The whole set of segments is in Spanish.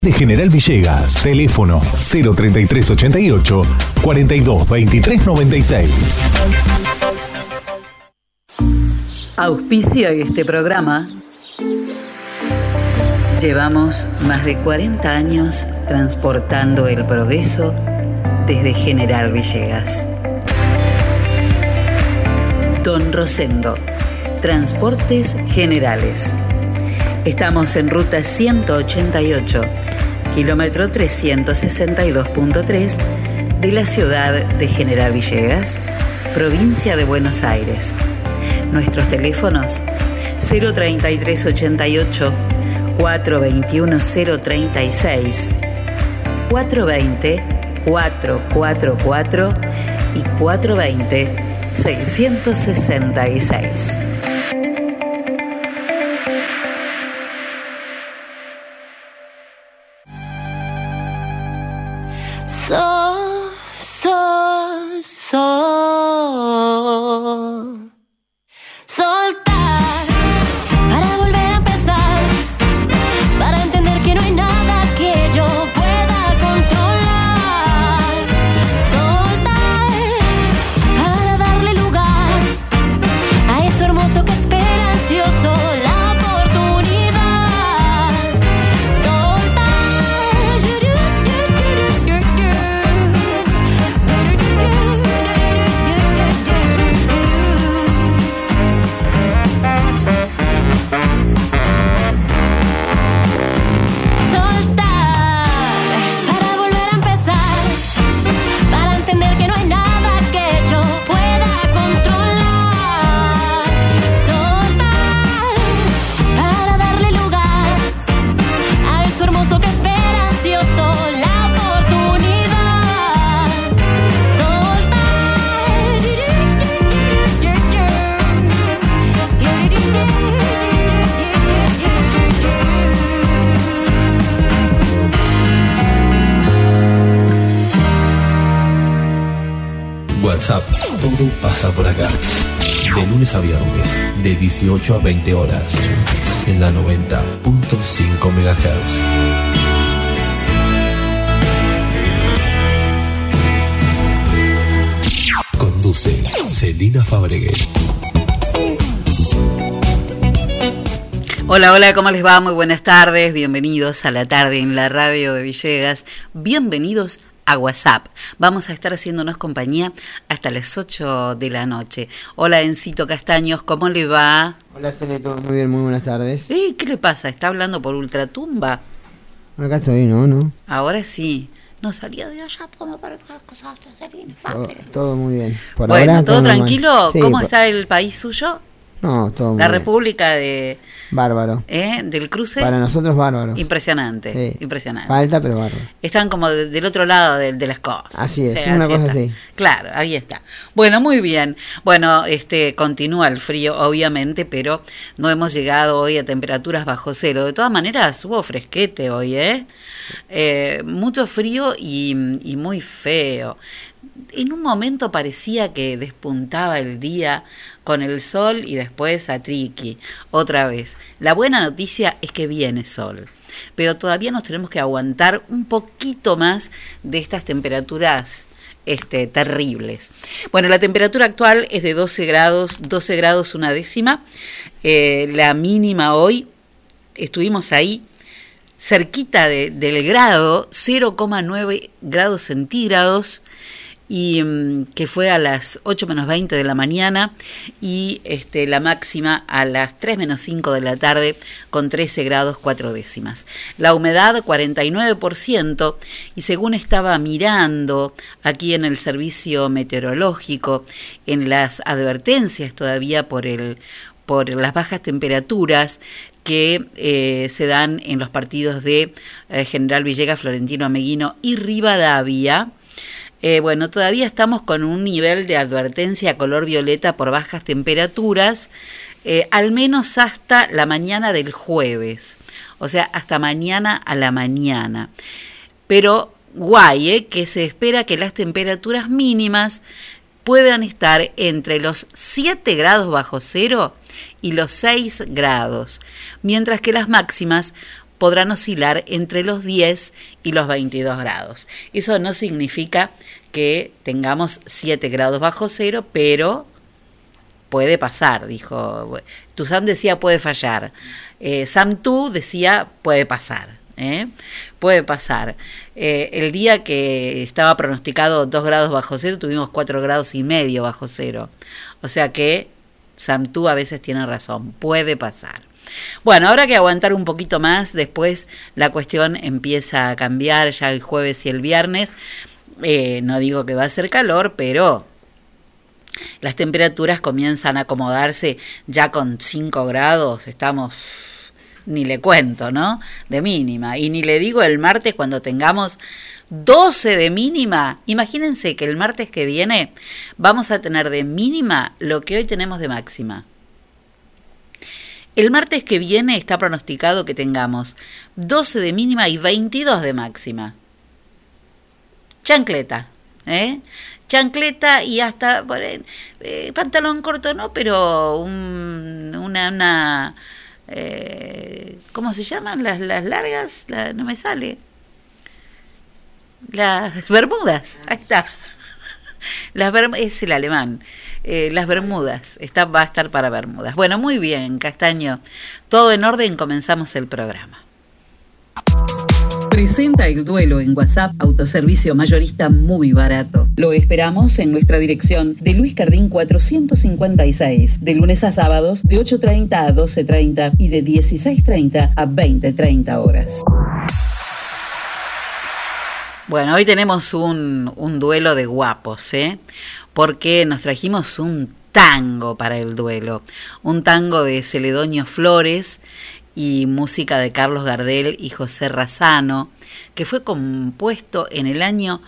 de General Villegas. Teléfono 03388 42 23 96. Auspicia este programa. Llevamos más de 40 años transportando el progreso desde General Villegas. Don Rosendo, Transportes Generales. Estamos en ruta 188, kilómetro 362.3 de la ciudad de General Villegas, provincia de Buenos Aires. Nuestros teléfonos 03388 421 036, 420 444 y 420 666. Soltar para volver a empezar, para entender que no hay nada que yo pueda controlar. Soltar para darle lugar a eso hermoso que espera ansioso la oportunidad. Soltar. WhatsApp, todo pasa por acá. De lunes a viernes, de 18 a 20 horas, en la 90.5 MHz. Conduce Celina Fabregues. Hola, hola, ¿cómo les va? Muy buenas tardes, bienvenidos a la tarde en la radio de Villegas, bienvenidos a WhatsApp. Vamos a estar haciéndonos compañía hasta las 8 de la noche. Hola, Encito Castaños, ¿cómo le va? Hola, Celeto, muy bien, muy buenas tardes. ¿Qué le pasa? ¿Está hablando por ultratumba? Acá estoy, ¿no? Ahora sí. No salía de allá como para cosas. Todo muy bien. Por bueno, ahora, ¿todo tranquilo? Sí, ¿Cómo está el país suyo? No, todo muy La bien. República de... Bárbaro. Del cruce. Para nosotros, bárbaro. Impresionante, Sí. impresionante. Falta, pero bárbaro. Están como del otro lado de las cosas. Así es, Sí, una así cosa está. así. Claro, ahí está. Bueno, muy bien. Bueno, continúa el frío, obviamente, pero no hemos llegado hoy a temperaturas bajo cero. De todas maneras, hubo fresquete hoy, mucho frío y muy feo. En un momento parecía que despuntaba el día con el sol y después a triqui, otra vez. La buena noticia es que viene sol, pero todavía nos tenemos que aguantar un poquito más de estas temperaturas terribles. Bueno, la temperatura actual es de 12 grados 1/10. La mínima hoy, estuvimos ahí, cerquita del grado, 0,9 grados centígrados, y que fue a las 8 menos 20 de la mañana, y la máxima a las 3 menos 5 de la tarde con 13 grados 4 décimas. La humedad 49%, y según estaba mirando aquí en el servicio meteorológico, en las advertencias todavía por las bajas temperaturas que se dan en los partidos de General Villegas, Florentino Ameguino y Rivadavia, todavía estamos con un nivel de advertencia color violeta por bajas temperaturas, al menos hasta la mañana del jueves, o sea, hasta mañana a la mañana. Pero guay, que se espera que las temperaturas mínimas puedan estar entre los 7 grados bajo cero y los 6 grados, mientras que las máximas podrán oscilar entre los 10 y los 22 grados. Eso no significa que tengamos 7 grados bajo cero, pero puede pasar, dijo. Tuzán decía puede fallar. Sam Tu decía puede pasar. Puede pasar. El día que estaba pronosticado 2 grados bajo cero, tuvimos 4 grados y medio bajo cero. O sea que Sam Tu a veces tiene razón, puede pasar. Bueno, habrá que aguantar un poquito más, después la cuestión empieza a cambiar ya el jueves y el viernes. No digo que va a ser calor, pero las temperaturas comienzan a acomodarse ya con 5 grados, estamos, ni le cuento, ¿no? De mínima. Y ni le digo el martes cuando tengamos 12 de mínima. Imagínense que el martes que viene vamos a tener de mínima lo que hoy tenemos de máxima. El martes que viene está pronosticado que tengamos 12 de mínima y 22 de máxima. Chancleta, chancleta y hasta pantalón corto no, pero una ¿cómo se llaman? Las largas, no me sale. Las bermudas, ahí está. Es el alemán. Las bermudas, va a estar para bermudas. Bueno, muy bien, Castaño. Todo en orden, comenzamos el programa. Presenta el duelo en WhatsApp, autoservicio mayorista muy barato. Lo esperamos en nuestra dirección de Luis Cardín 456, de lunes a sábados de 8:30 a 12:30 y de 16:30 a 20:30 horas. Bueno, hoy tenemos un duelo de guapos, porque nos trajimos un tango para el duelo. Un tango de Celedonio Flores y música de Carlos Gardel y José Razzano, que fue compuesto en el año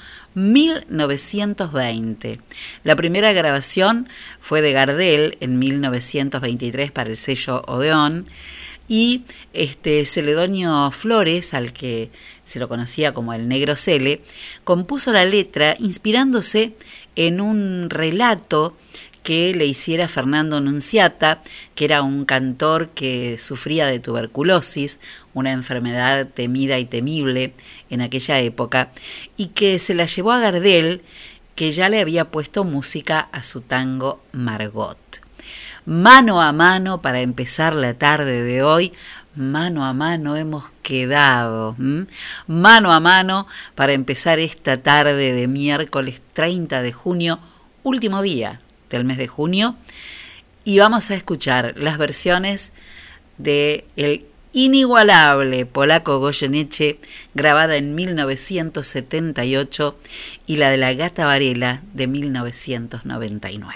1920. La primera grabación fue de Gardel en 1923 para el sello Odeón, y Celedonio Flores, al que se lo conocía como el Negro Cele, compuso la letra inspirándose en un relato que le hiciera Fernando Nunziata, que era un cantor que sufría de tuberculosis, una enfermedad temida y temible en aquella época, y que se la llevó a Gardel, que ya le había puesto música a su tango Margot. Mano a mano, para empezar la tarde de hoy, mano a mano hemos quedado. Mano a mano para empezar esta tarde de miércoles 30 de junio, último día del mes de junio, y vamos a escuchar las versiones de el inigualable polaco Goyeneche, grabada en 1978, y la de la Gata Varela de 1999.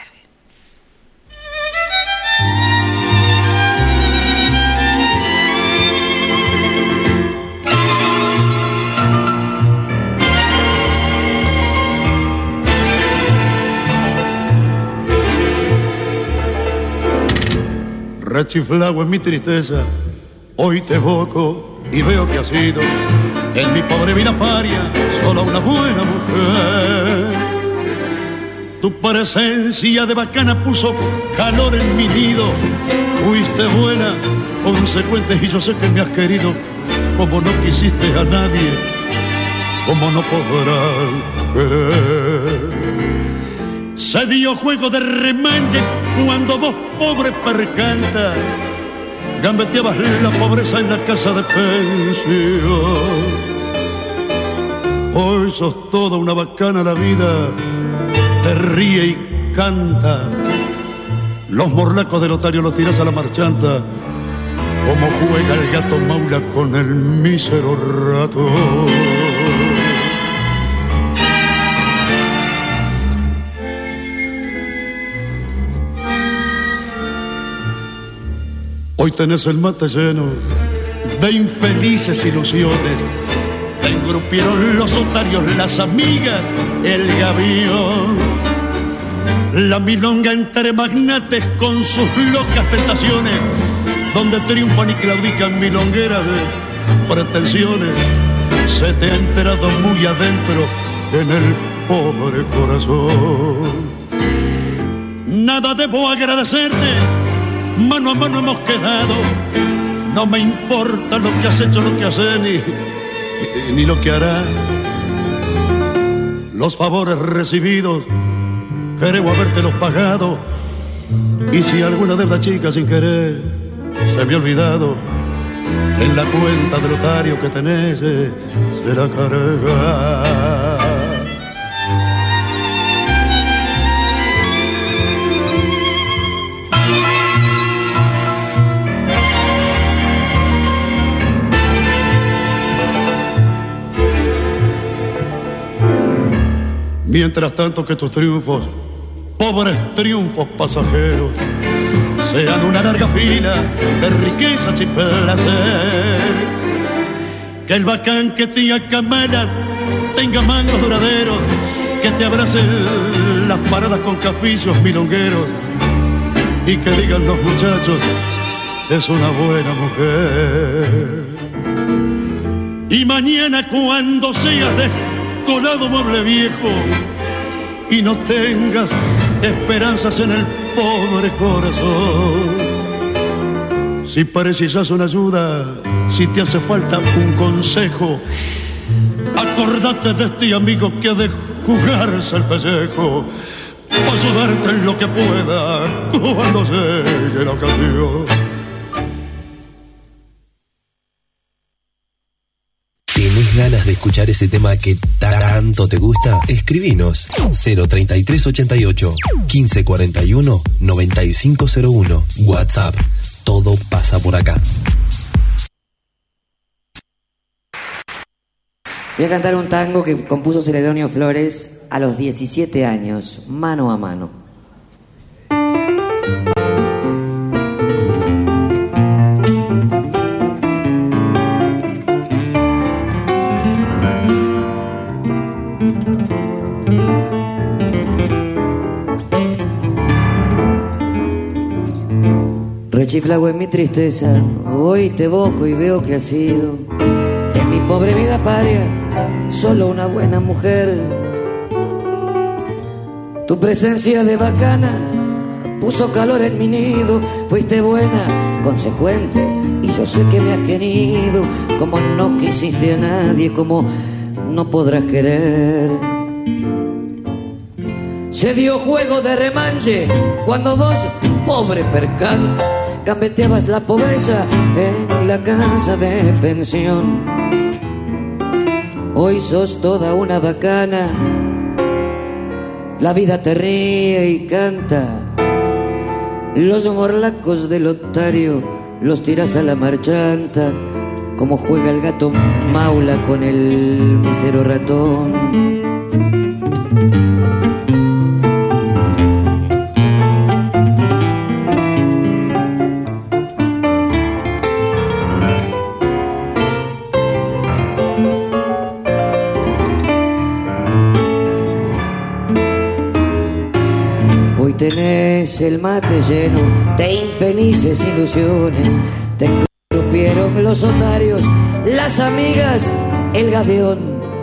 Rechiflado en mi tristeza, hoy te evoco y veo que has sido en mi pobre vida paria solo una buena mujer. Tu presencia de bacana puso calor en mi nido. Fuiste buena, consecuente, y yo sé que me has querido como no quisiste a nadie, como no podrás querer. Se dio juego de remanche cuando vos, pobre percanta, gambeteabas la pobreza en la casa de pensión. Hoy sos toda una bacana, la vida te ríe y canta. Los morlacos del otario los tiras a la marchanta, como juega el gato maula con el mísero rato. Hoy tenés el mate lleno de infelices ilusiones. Te engrupieron los otarios, las amigas, el gavión. La milonga entre magnates con sus locas tentaciones, donde triunfan y claudican milongueras de pretensiones. Se te ha enterado muy adentro en el pobre corazón. Nada debo agradecerte, mano a mano hemos quedado. No me importa lo que has hecho, lo que has hecho, ni lo que harás. Los favores recibidos, creo habértelos pagado. Y si alguna deuda chica sin querer se me ha olvidado, en la cuenta del notario que tenés se la carga. Mientras tanto que tus triunfos, pobres triunfos pasajeros, sean una larga fila de riquezas y placer. Que el bacán que te acamala tenga mangos duraderos, que te abracen las paradas con cafillos milongueros y que digan los muchachos, es una buena mujer. Y mañana cuando seas descolado mueble viejo y no tengas esperanzas en el pobre corazón, si precisas una ayuda, si te hace falta un consejo, acordate de este amigo que ha de jugarse el pellejo para ayudarte en lo que pueda cuando llegue la ocasión. ¿Tenés ganas de escuchar ese tema que tanto te gusta? Escribinos 03388 1541 9501. WhatsApp. Todo pasa por acá. Voy a cantar un tango que compuso Celedonio Flores a los 17 años, Mano a Mano. Rechiflado en mi tristeza, hoy te evoco y veo que has sido en mi pobre vida paria solo una buena mujer. Tu presencia de bacana puso calor en mi nido, fuiste buena, consecuente, y yo sé que me has querido como no quisiste a nadie, como no podrás querer. Se dio juego de remanche cuando vos, pobre percante, gambeteabas la pobreza en la casa de pensión. Hoy sos toda una bacana, la vida te ríe y canta. Los morlacos del otario los tiras a la marchanta, como juega el gato maula con el mísero ratón. Tenés el mate lleno de infelices ilusiones, te corrompieron los otarios, las amigas, el gavión,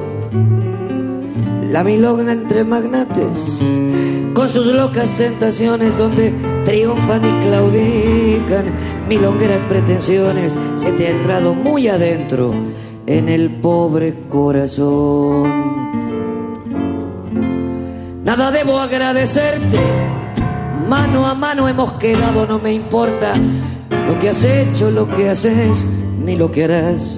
la milonga entre magnates, con sus locas tentaciones donde triunfan y claudican milongueras pretensiones, se te ha entrado muy adentro en el pobre corazón. Nada debo agradecerte, mano a mano hemos quedado, no me importa lo que has hecho, lo que haces, ni lo que harás.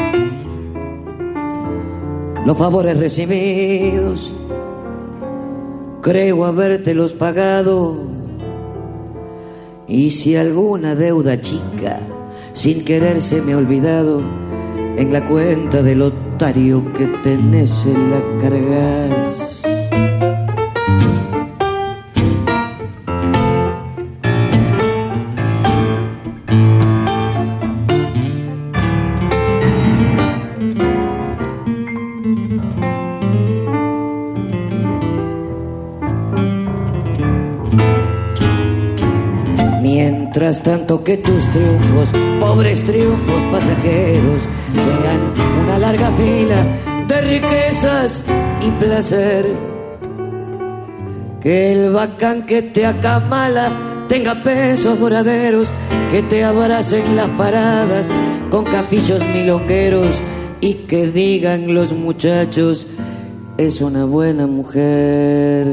Los favores recibidos, creo habértelos pagado. Y si alguna deuda chica, sin querer se me ha olvidado, en la cuenta del otario que tenés se la cargas. Mientras tanto que tus triunfos, pobres triunfos pasajeros, sean una larga fila de riquezas y placer. Que el bacán que te acamala tenga pesos doraderos, que te abracen las paradas con cafillos milongueros y que digan los muchachos, es una buena mujer.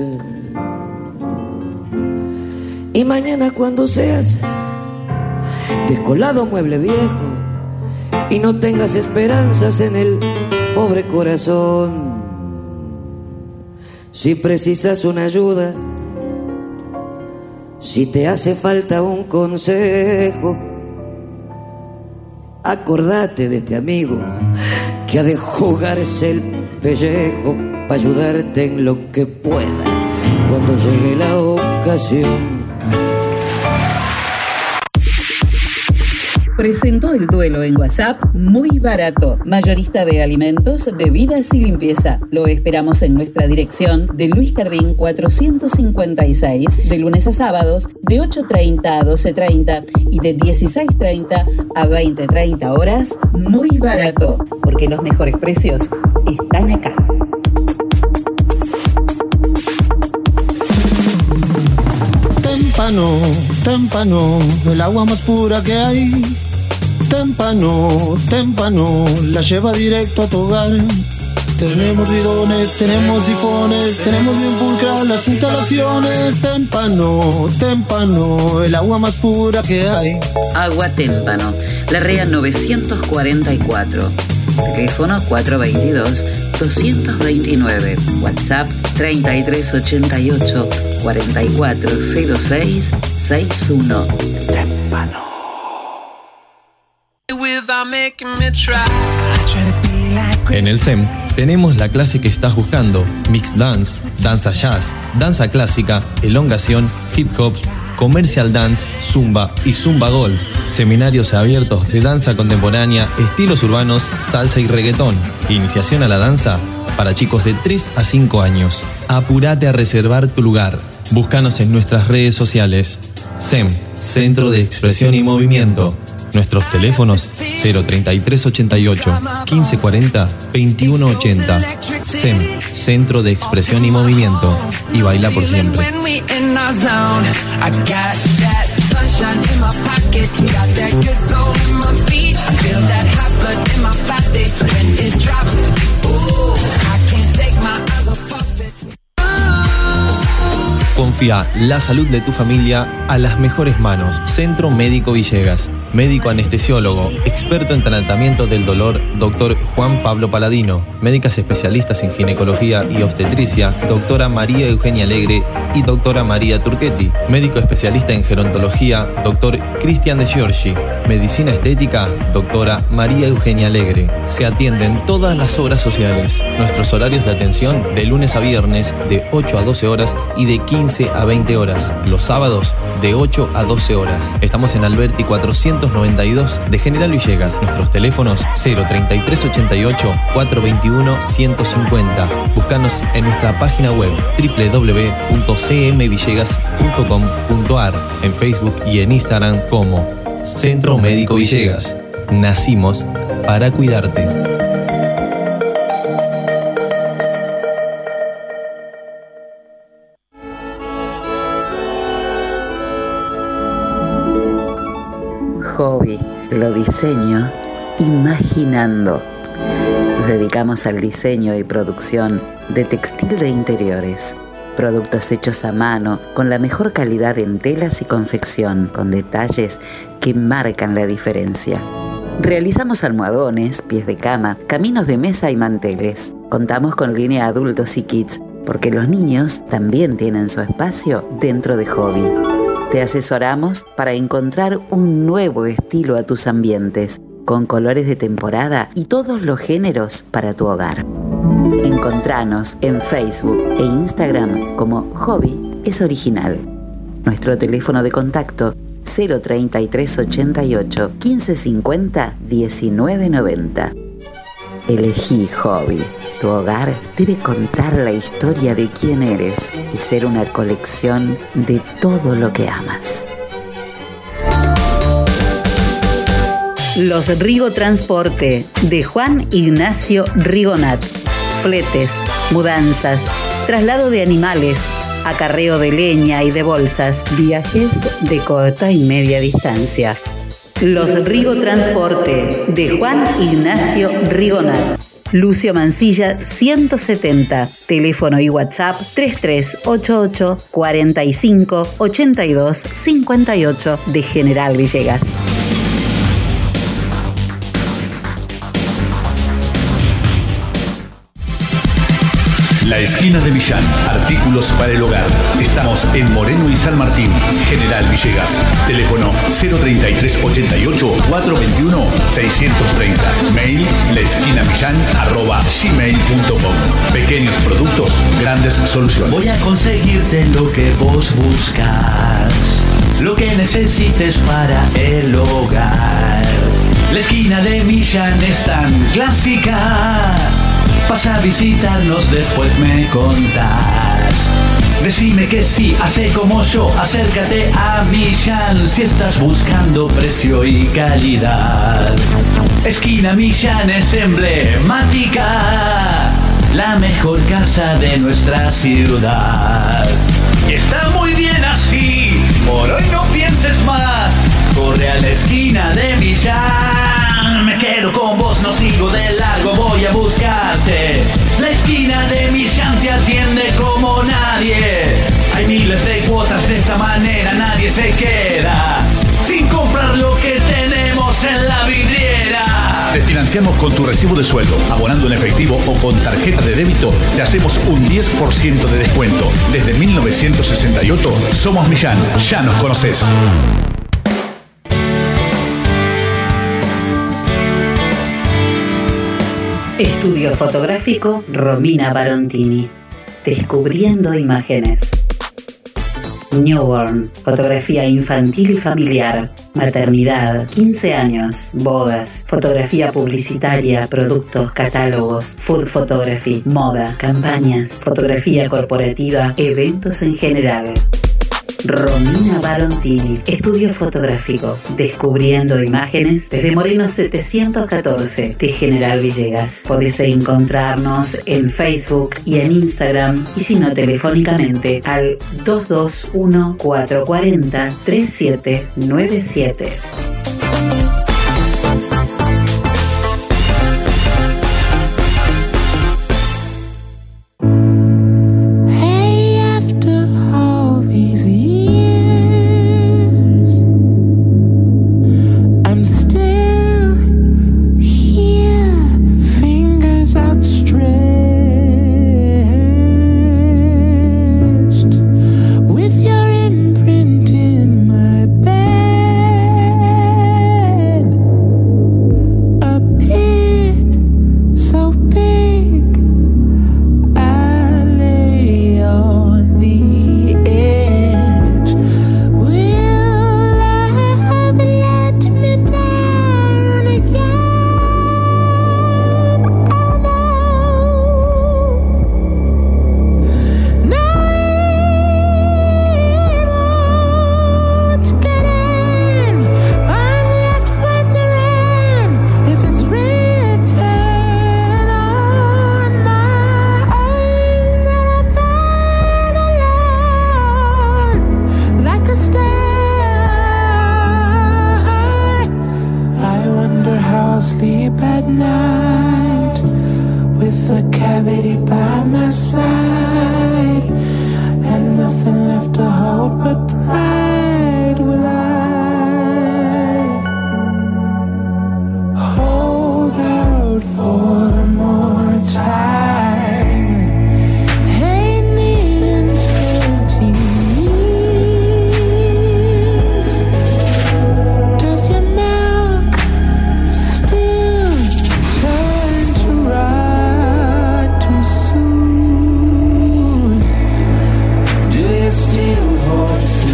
Y mañana cuando seas descolado mueble viejo y no tengas esperanzas en el pobre corazón, si precisas una ayuda, si te hace falta un consejo, acordate de este amigo que ha de jugarse el pellejo para ayudarte en lo que pueda cuando llegue la ocasión. Presentó el duelo en WhatsApp Muy Barato, mayorista de alimentos, bebidas y limpieza. Lo esperamos en nuestra dirección de Luis Cardín 456, de lunes a sábados, de 8:30 a 12:30 y de 16:30 a 20:30 horas. Muy Barato, porque los mejores precios están acá. Témpano, témpano, el agua más pura que hay. Témpano, témpano, la lleva directo a tu hogar. Tenemos bidones, tenemos sifones, tenemos bien pulcras las instalaciones. Témpano, témpano, el agua más pura que hay. Agua Témpano, Larrea 944, teléfono 422-229, WhatsApp 3388 440661. Témpano. En el SEM tenemos la clase que estás buscando: Mixed Dance, Danza Jazz, Danza Clásica, Elongación, Hip Hop, Commercial Dance, Zumba y Zumba Gold. Seminarios abiertos de danza contemporánea, estilos urbanos, salsa y reggaetón. Iniciación a la danza para chicos de 3 a 5 años. Apúrate a reservar tu lugar. Búscanos en nuestras redes sociales. SEM, Centro de Expresión y Movimiento. Nuestros teléfonos 03388 1540 2180. SEM, Centro de Expresión y Movimiento. Y baila por siempre. Confía la salud de tu familia a las mejores manos. Centro Médico Villegas. Médico anestesiólogo, experto en tratamiento del dolor, Dr. Juan Pablo Paladino. Médicas especialistas en ginecología y obstetricia, doctora María Eugenia Alegre y doctora María Turchetti. Médico especialista en gerontología, Dr. Cristian de Giorgi. Medicina estética, doctora María Eugenia Alegre. Se atienden todas las obras sociales. Nuestros horarios de atención de lunes a viernes de 8 a 12 horas y de 15 a 20 horas. Los sábados de 8 a 12 horas. Estamos en Alberti 492 de General Villegas. Nuestros teléfonos 03388 421 150. Búscanos en nuestra página web www.cmvillegas.com.ar, en Facebook y en Instagram como Centro Médico Villegas. Nacimos para cuidarte. Hobby, lo diseño imaginando. Nos dedicamos al diseño y producción de textil de interiores. Productos hechos a mano, con la mejor calidad en telas y confección, con detalles que marcan la diferencia. Realizamos almohadones, pies de cama, caminos de mesa y manteles. Contamos con línea adultos y kids, porque los niños también tienen su espacio dentro de Hobby. Te asesoramos para encontrar un nuevo estilo a tus ambientes, con colores de temporada y todos los géneros para tu hogar. Encontranos en Facebook e Instagram como Hobby es Original. Nuestro teléfono de contacto 03388 1550 1990. Elegí Hobby. Tu hogar debe contar la historia de quién eres y ser una colección de todo lo que amas. Los Rigo Transporte de Juan Ignacio Rigonat. Fletes, mudanzas, traslado de animales, acarreo de leña y de bolsas, viajes de corta y media distancia. Los Rigo Transporte, de Juan Ignacio Rigonat. Lucio Mansilla 170, teléfono y WhatsApp 3388 45 82 58 de General Villegas. La esquina de Millán, artículos para el hogar. Estamos en Moreno y San Martín, General Villegas. Teléfono 03388 421 630. Mail laesquinamillán@gmail.com. Pequeños productos, grandes soluciones. Voy a conseguirte lo que vos buscas, lo que necesites para el hogar. La esquina de Millán es tan clásica. Pasa a visitarnos, después me contás. Decime que sí, hace como yo, acércate a Millán si estás buscando precio y calidad. Esquina Millán es emblemática, la mejor casa de nuestra ciudad. Y está muy bien así, por hoy no pienses más, corre a la esquina de Millán. Me quedo con vos, no sigo de largo, voy a buscarte. La esquina de Millán te atiende como nadie. Hay miles de cuotas, de esta manera nadie se queda sin comprar lo que tenemos en la vidriera. Te financiamos con tu recibo de sueldo, abonando en efectivo o con tarjeta de débito, te hacemos un 10% de descuento. Desde 1968 somos Millán, ya nos conoces. Estudio fotográfico Romina Barontini. Descubriendo imágenes. Newborn, fotografía infantil y familiar, maternidad, 15 años, bodas, fotografía publicitaria, productos, catálogos, food photography, moda, campañas, fotografía corporativa, eventos en general. Romina Barontini, estudio fotográfico, descubriendo imágenes desde Moreno 714 de General Villegas. Podés encontrarnos en Facebook y en Instagram, y si no telefónicamente al 221 440 3797. Still holds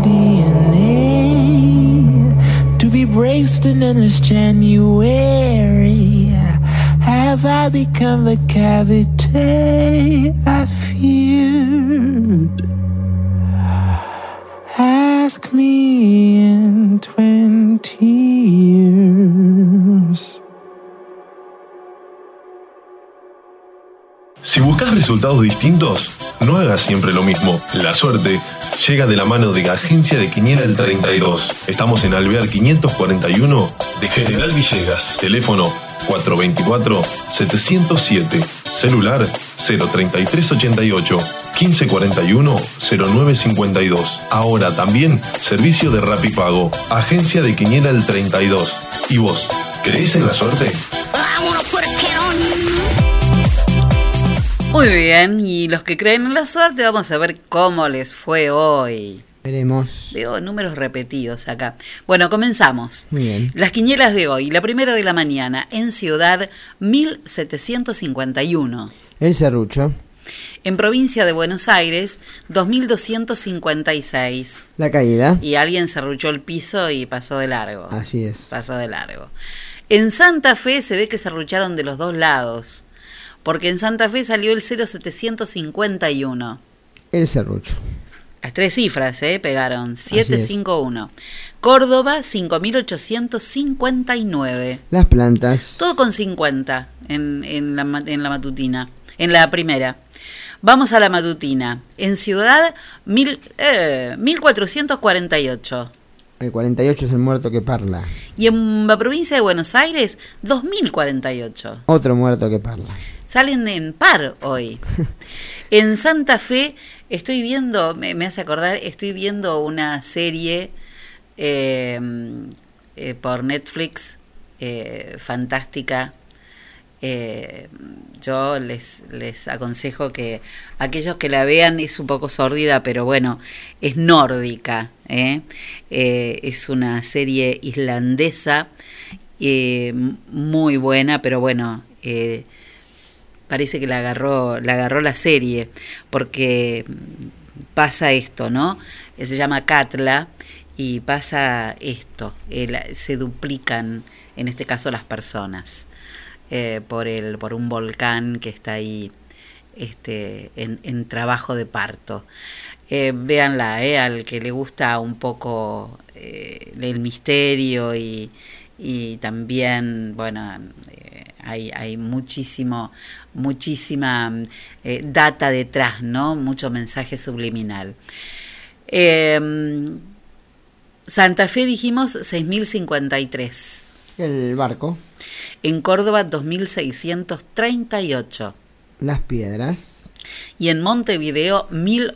DNA to be braced in endless January. Have I become the cavity I feared? Ask me in 20 years. Si buscas resultados distintos, no hagas siempre lo mismo. La suerte llega de la mano de Agencia de Quiniela el 32. Estamos en Alvear 541 de General Villegas. Teléfono 424-707. Celular 03388 1541 0952. Ahora también servicio de Rapipago. Agencia de Quiniela el 32. ¿Y vos, creés en la suerte? Muy bien, y los que creen en la suerte, vamos a ver cómo les fue hoy. Veremos. Veo números repetidos acá. Bueno, comenzamos. Muy bien. Las quinielas de hoy. La primera de la mañana, en Ciudad, 1751. El serrucho. En Provincia de Buenos Aires, 2256. La caída. Y alguien serruchó el piso y pasó de largo. Así es. Pasó de largo. En Santa Fe se ve que serrucharon de los dos lados, porque en Santa Fe salió el 0751. El serrucho. Las tres cifras, pegaron. 751. Córdoba, 5859. Las plantas. Todo con 50 en la matutina. En la primera. Vamos a la matutina. En Ciudad, 1448. El 48 es el muerto que parla. Y en la provincia de Buenos Aires, 2048. Otro muerto que parla. Salen en par hoy. En Santa Fe estoy viendo, me hace acordar, estoy viendo una serie por Netflix fantástica. Yo les aconsejo que aquellos que la vean, es un poco sórdida, pero bueno, es nórdica, es una serie islandesa muy buena, pero bueno, parece que la agarró la serie, porque pasa esto, ¿no? Se llama Katla y pasa esto, se duplican, en este caso, las personas. Por un volcán que está ahí en trabajo de parto. Véanla, al que le gusta un poco el misterio y también, bueno, hay muchísima data detrás, ¿no? Mucho mensaje subliminal. Santa Fe, dijimos, 6053. El barco. En Córdoba, 2638. Las piedras. Y en Montevideo,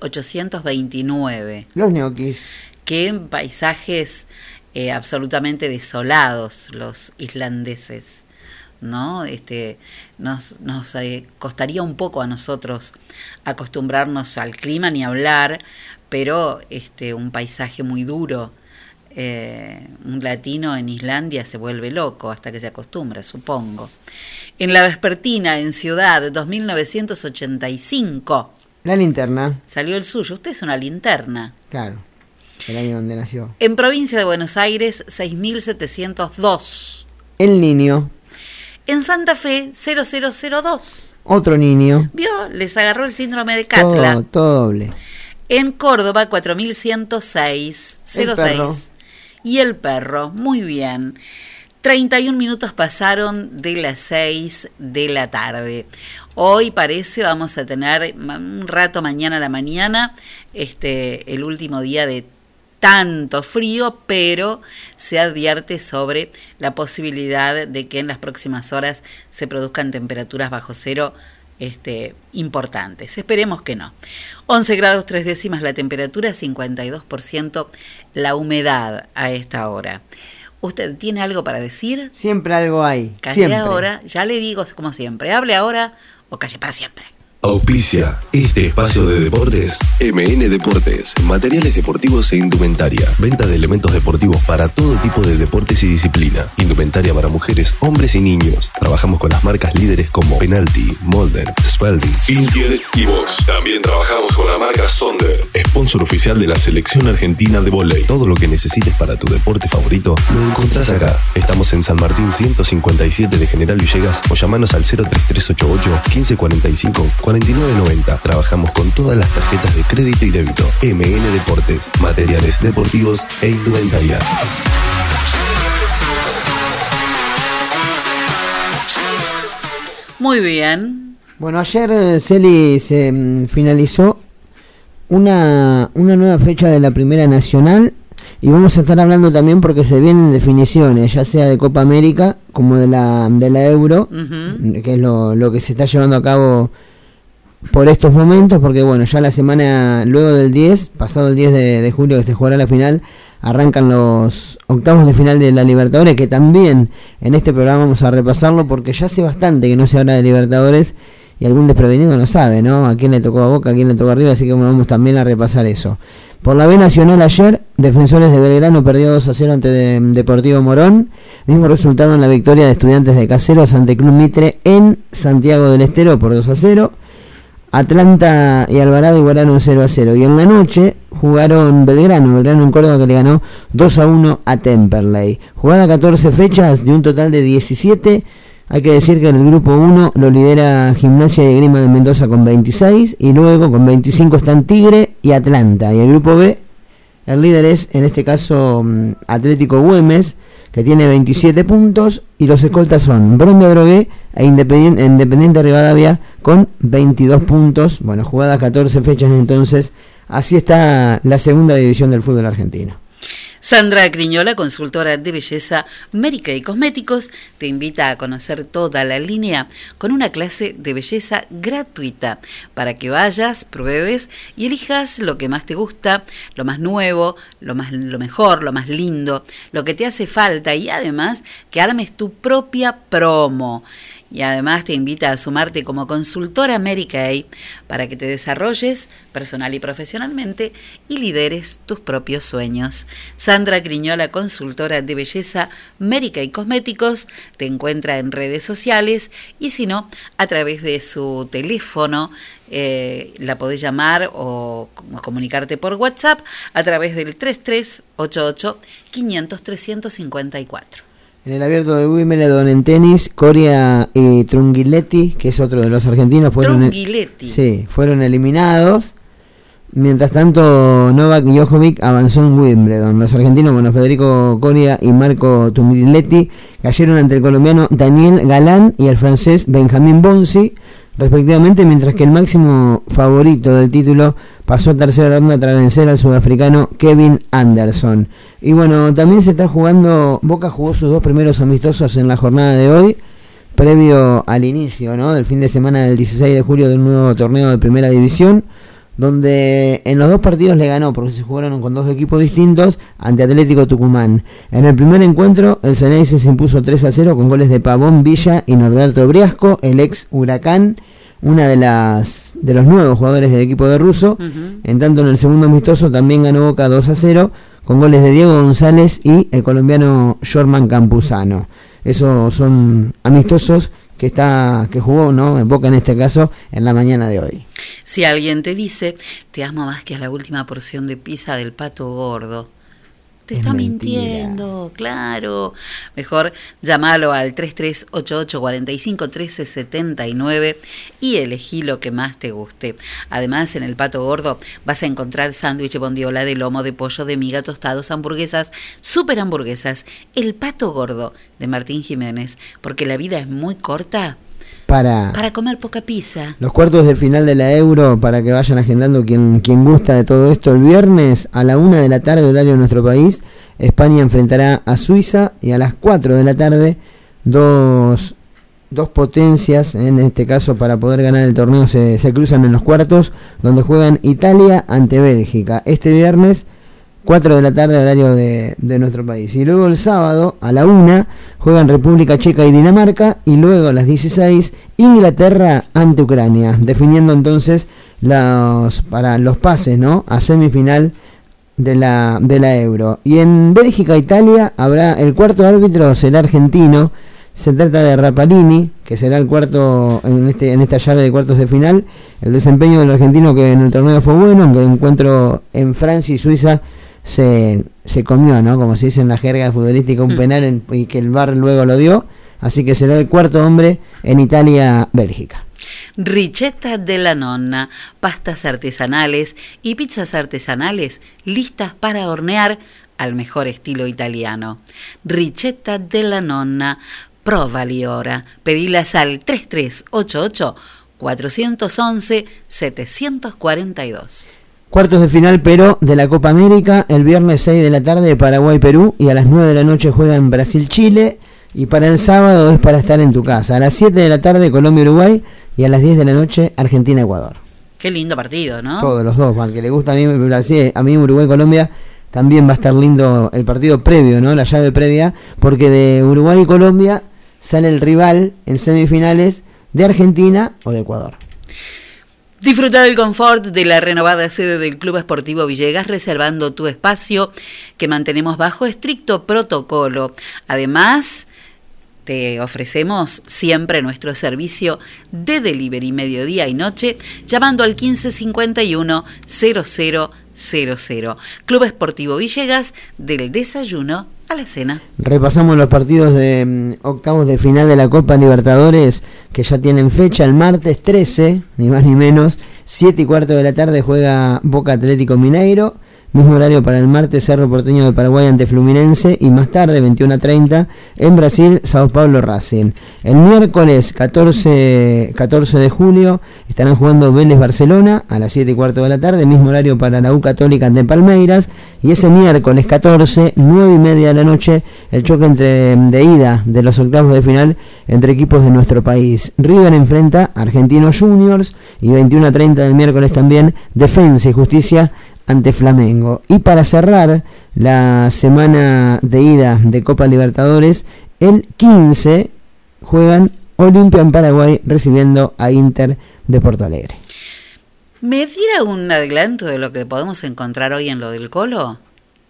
1829. Los ñoquis. Qué paisajes absolutamente desolados los islandeses, ¿no? Nos costaría un poco a nosotros acostumbrarnos al clima, ni hablar, pero un paisaje muy duro. Un latino en Islandia se vuelve loco hasta que se acostumbra, supongo. En la vespertina, en Ciudad, 2985. La linterna. Salió el suyo. Usted es una linterna. Claro, el año donde nació. En Provincia de Buenos Aires, 6702. El niño. En Santa Fe, 0002. Otro niño. ¿Vio? Les agarró el síndrome de Katla. Todo doble. En Córdoba, 4106. 06. Y el perro, muy bien. 31 minutos pasaron de las 6 de la tarde. Hoy parece vamos a tener un rato mañana a la mañana, el último día de tanto frío, pero se advierte sobre la posibilidad de que en las próximas horas se produzcan temperaturas bajo cero importantes. Esperemos que no. 11 grados 3 décimas la temperatura, 52% la humedad a esta hora. ¿Usted tiene algo para decir? Siempre algo hay. Calle siempre. Ahora, ya le digo como siempre, hable ahora o calle para siempre. Auspicia este espacio de deportes. MN Deportes, materiales deportivos e indumentaria. Venta de elementos deportivos para todo tipo de deportes y disciplina. Indumentaria para mujeres, hombres y niños. Trabajamos con las marcas líderes como Penalty, Molden, Spalding, Intier y Box. También trabajamos con la marca Sonder, sponsor oficial de la Selección Argentina de Vóley. Todo lo que necesites para tu deporte favorito lo encontrás acá. Estamos en San Martín 157 de General Villegas o llamanos al 03388 1545 4990. Trabajamos con todas las tarjetas de crédito y débito. MN Deportes, materiales deportivos e indumentaria. Muy bien. Bueno, ayer, Celi, se finalizó una nueva fecha de la Primera Nacional y vamos a estar hablando también porque se vienen definiciones, ya sea de Copa América como de la Euro, que es lo que se está llevando a cabo por estos momentos, porque bueno, ya la semana luego del 10, pasado el 10 de julio que se jugará la final, arrancan los octavos de final de la Libertadores, que también en este programa vamos a repasarlo porque ya hace bastante que no se habla de Libertadores y algún desprevenido no sabe, ¿no? A quién le tocó a Boca, a quién le tocó arriba, así que bueno, vamos también a repasar eso. Por la B Nacional ayer, Defensores de Belgrano perdió 2-0 ante Deportivo Morón, mismo resultado en la victoria de Estudiantes de Caseros ante Club Mitre en Santiago del Estero por 2-0. Atlanta y Alvarado igualaron 0-0. Y en la noche jugaron Belgrano en Córdoba, que le ganó 2-1 a Temperley. Jugada 14 fechas de un total de 17. Hay que decir que en el grupo 1 lo lidera Gimnasia y Esgrima de Mendoza con 26. Y luego con 25 están Tigre y Atlanta. Y el grupo B, el líder es en este caso Atlético Güemes, que tiene 27 puntos, y los escoltas son Bron de Brogué e Independiente Rivadavia con 22 puntos. Bueno, jugadas 14 fechas entonces, así está la segunda división del fútbol argentino. Sandra Criñola, consultora de belleza, médica y cosméticos, te invita a conocer toda la línea con una clase de belleza gratuita para que vayas, pruebes y elijas lo que más te gusta, lo más nuevo, lo mejor, lo más lindo, lo que te hace falta, y además que armes tu propia promo. Y además te invita a sumarte como consultora Mary Kay para que te desarrolles personal y profesionalmente y lideres tus propios sueños. Sandra Criñola, consultora de belleza, Mary Kay Cosméticos, te encuentra en redes sociales y si no, a través de su teléfono. La podés llamar o comunicarte por WhatsApp a través del 3388 500 354. En el abierto de Wimbledon en tenis, Coria y Trungelliti, que es otro de los argentinos, fueron eliminados. Mientras tanto, Novak Djokovic avanzó en Wimbledon. Los argentinos, bueno, Federico Coria y Marco Trungelliti, cayeron ante el colombiano Daniel Galán y el francés Benjamin Bonzi, respectivamente, mientras que el máximo favorito del título pasó a tercera ronda tras vencer al sudafricano Kevin Anderson. Y bueno, también se está jugando, Boca jugó sus dos primeros amistosos en la jornada de hoy, previo al inicio, ¿no?, del fin de semana del 16 de julio de un nuevo torneo de primera división, donde en los dos partidos le ganó, porque se jugaron con dos equipos distintos, ante Atlético Tucumán. En el primer encuentro, el Ceneice se impuso 3-0 con goles de Pavón, Villa y Norberto Briasco, el ex Huracán, una de los nuevos jugadores del equipo de Russo. En tanto, en el segundo amistoso también ganó Boca 2-0 con goles de Diego González y el colombiano Jorman Campuzano. Esos son amistosos que jugó, ¿no?, en Boca en este caso, en la mañana de hoy. Si alguien te dice, te amo más que a la última porción de pizza del Pato Gordo, te está mintiendo, claro. Mejor llamalo al 3388 45 1379 y elegí lo que más te guste. Además, en el Pato Gordo vas a encontrar sándwich, bondiola de lomo, de pollo, de miga, tostados, hamburguesas, super hamburguesas. El Pato Gordo de Martín Jiménez, porque la vida es muy corta para comer poca pizza. Los cuartos de final de la Euro, para que vayan agendando quien gusta de todo esto, el viernes a la 1 de la tarde, horario de nuestro país, España enfrentará a Suiza, y a las 4 de la tarde, dos potencias, en este caso para poder ganar el torneo, se cruzan en los cuartos, donde juegan Italia ante Bélgica. Este viernes 4 de la tarde, horario de nuestro país. Y luego el sábado, a la 1, juegan República Checa y Dinamarca. Y luego a las 16, Inglaterra ante Ucrania. Definiendo entonces para los pases, ¿no?, a semifinal de la Euro. Y en Bélgica-Italia habrá el cuarto árbitro, será argentino. Se trata de Rapalini, que será el cuarto en esta llave de cuartos de final. El desempeño del argentino, que en el torneo fue bueno, aunque el encuentro en Francia y Suiza se comió, ¿no? Como se dice en la jerga futbolística, un penal y que el VAR luego lo dio. Así que será el cuarto hombre en Italia-Bélgica. Ricetta della Nonna, pastas artesanales y pizzas artesanales listas para hornear al mejor estilo italiano. Ricetta della Nonna, provali ora. Pedilas al 3388 411 742. Cuartos de final, pero de la Copa América, el viernes 6 de la tarde Paraguay-Perú y a las 9 de la noche juegan Brasil-Chile. Y para el sábado es para estar en tu casa. A las 7 de la tarde Colombia-Uruguay y a las 10 de la noche Argentina-Ecuador. Qué lindo partido, ¿no? Todos los dos, al que le gusta a mí Uruguay-Colombia, también va a estar lindo el partido previo, ¿no? La llave previa, porque de Uruguay y Colombia sale el rival en semifinales de Argentina o de Ecuador. Disfruta del confort de la renovada sede del Club Esportivo Villegas, reservando tu espacio que mantenemos bajo estricto protocolo. Además, te ofrecemos siempre nuestro servicio de delivery mediodía y noche, llamando al 1551 0000. Club Esportivo Villegas, del desayuno a la cena. Repasamos los partidos de octavos de final de la Copa Libertadores, que ya tienen fecha. El martes 13, ni más ni menos, 7:15 de la tarde juega Boca Atlético Mineiro. Mismo horario para el martes, Cerro Porteño de Paraguay ante Fluminense, y más tarde, 21:30, en Brasil, Sao Paulo Racing. El miércoles 14 de julio estarán jugando Vélez Barcelona a las 7:15 de la tarde, mismo horario para la U Católica ante Palmeiras, y ese miércoles 14, 9:30 de la noche, el choque de ida de los octavos de final entre equipos de nuestro país. River enfrenta a Argentinos Juniors, y 21:30 del miércoles también, Defensa y Justicia ante Flamengo. Y para cerrar la semana de ida de Copa Libertadores, el 15 juegan Olimpia en Paraguay recibiendo a Inter de Porto Alegre. ¿Me diera un adelanto de lo que podemos encontrar hoy en lo del Colo?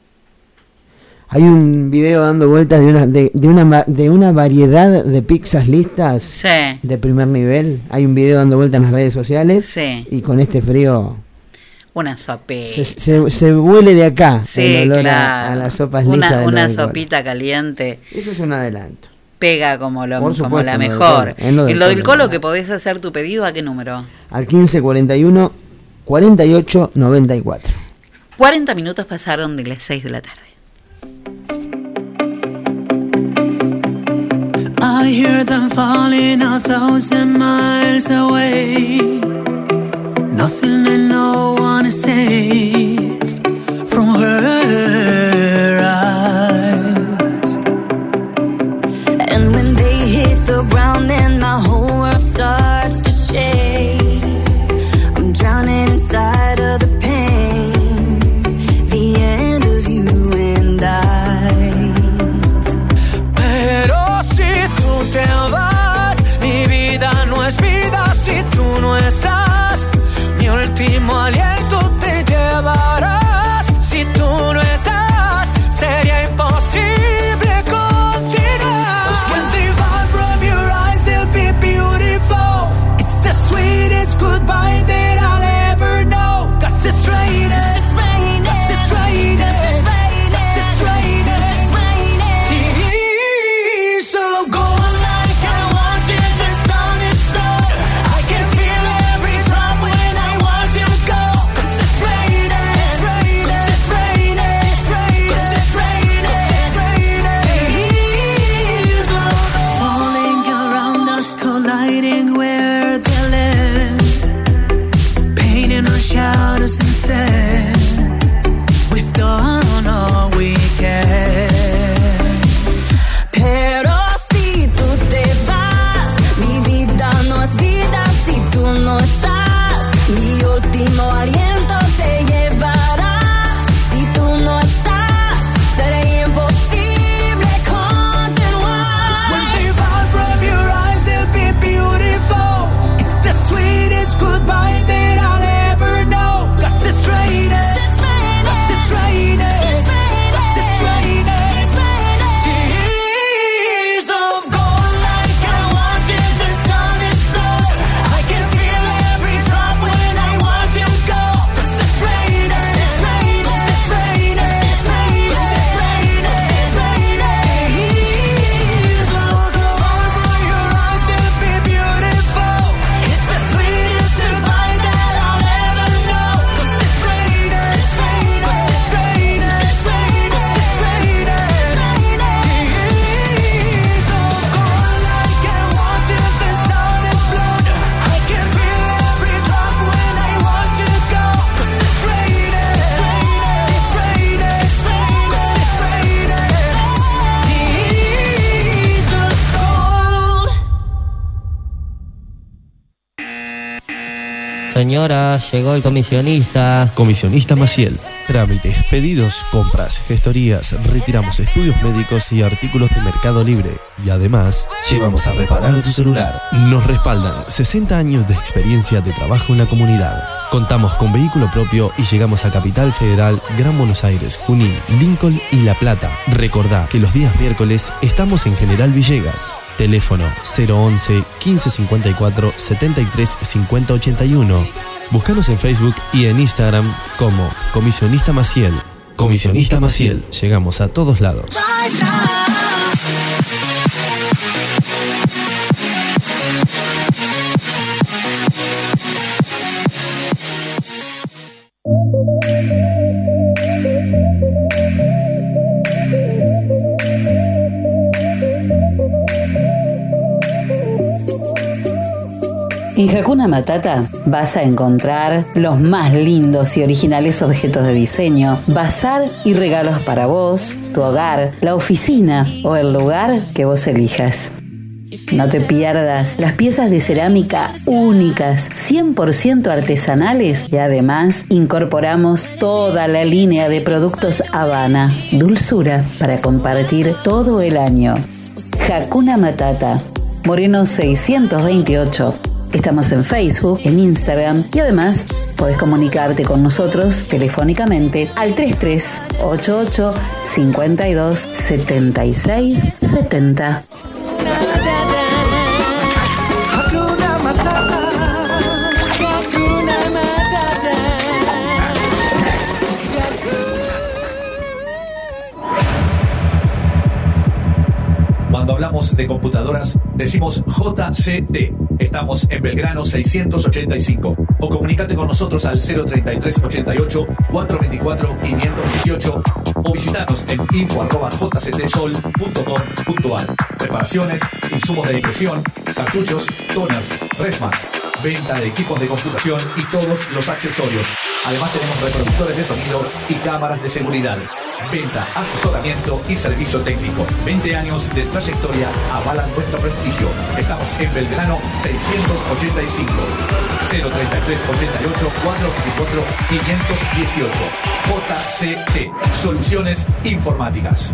Hay un video dando vueltas de una variedad de pizzas listas, sí, de primer nivel. Hay un video dando vueltas en las redes sociales, sí, y con este frío una sopita. Se huele de acá, sí, el olor claro, a las sopas listas. Una sopita caliente. Eso es un adelanto. Pega como la supuesto, mejor. En lo del Colo, que podés hacer tu pedido, ¿a qué número? Al 1541 48 94. 40 minutos pasaron de las 6 de la tarde. I hear them falling 1,000 miles away. Nothing and no one is safe from her eyes. And when they hit the ground and my whole world starts to shake, I'm drowning inside of the pain, the end of you and I. Pero si tú te vas, mi vida no es vida si tú no estás. Mi último aliento te lleva Señora, llegó el comisionista. Comisionista Maciel. Trámites, pedidos, compras, gestorías, retiramos estudios médicos y artículos de Mercado Libre. Y además, llevamos a reparar tu celular. Nos respaldan 60 años de experiencia de trabajo en la comunidad. Contamos con vehículo propio y llegamos a Capital Federal, Gran Buenos Aires, Junín, Lincoln y La Plata. Recordá que los días miércoles estamos en General Villegas. Teléfono 011 1554 73 50 81. Búscanos en Facebook y en Instagram como Comisionista Maciel. Comisionista Maciel. Llegamos a todos lados. En Hakuna Matata vas a encontrar los más lindos y originales objetos de diseño, bazar y regalos para vos, tu hogar, la oficina o el lugar que vos elijas. No te pierdas las piezas de cerámica únicas, 100% artesanales y además incorporamos toda la línea de productos Habana, dulzura para compartir todo el año. Hakuna Matata, Moreno 628. Estamos en Facebook, en Instagram y además podés comunicarte con nosotros telefónicamente al 3388 52 76 70. Cuando hablamos de computadoras, decimos JCT. Estamos en Belgrano 685. O comunícate con nosotros al 033 88 424 518 o visitanos en info@jctsol.com.ar. Reparaciones, insumos de impresión, cartuchos, toners, resmas, venta de equipos de computación y todos los accesorios. Además tenemos reproductores de sonido y cámaras de seguridad. Venta, asesoramiento y servicio técnico. 20 años de trayectoria avalan nuestro prestigio. Estamos en Belgrano 685. 033 88 424 518. JCT, Soluciones Informáticas.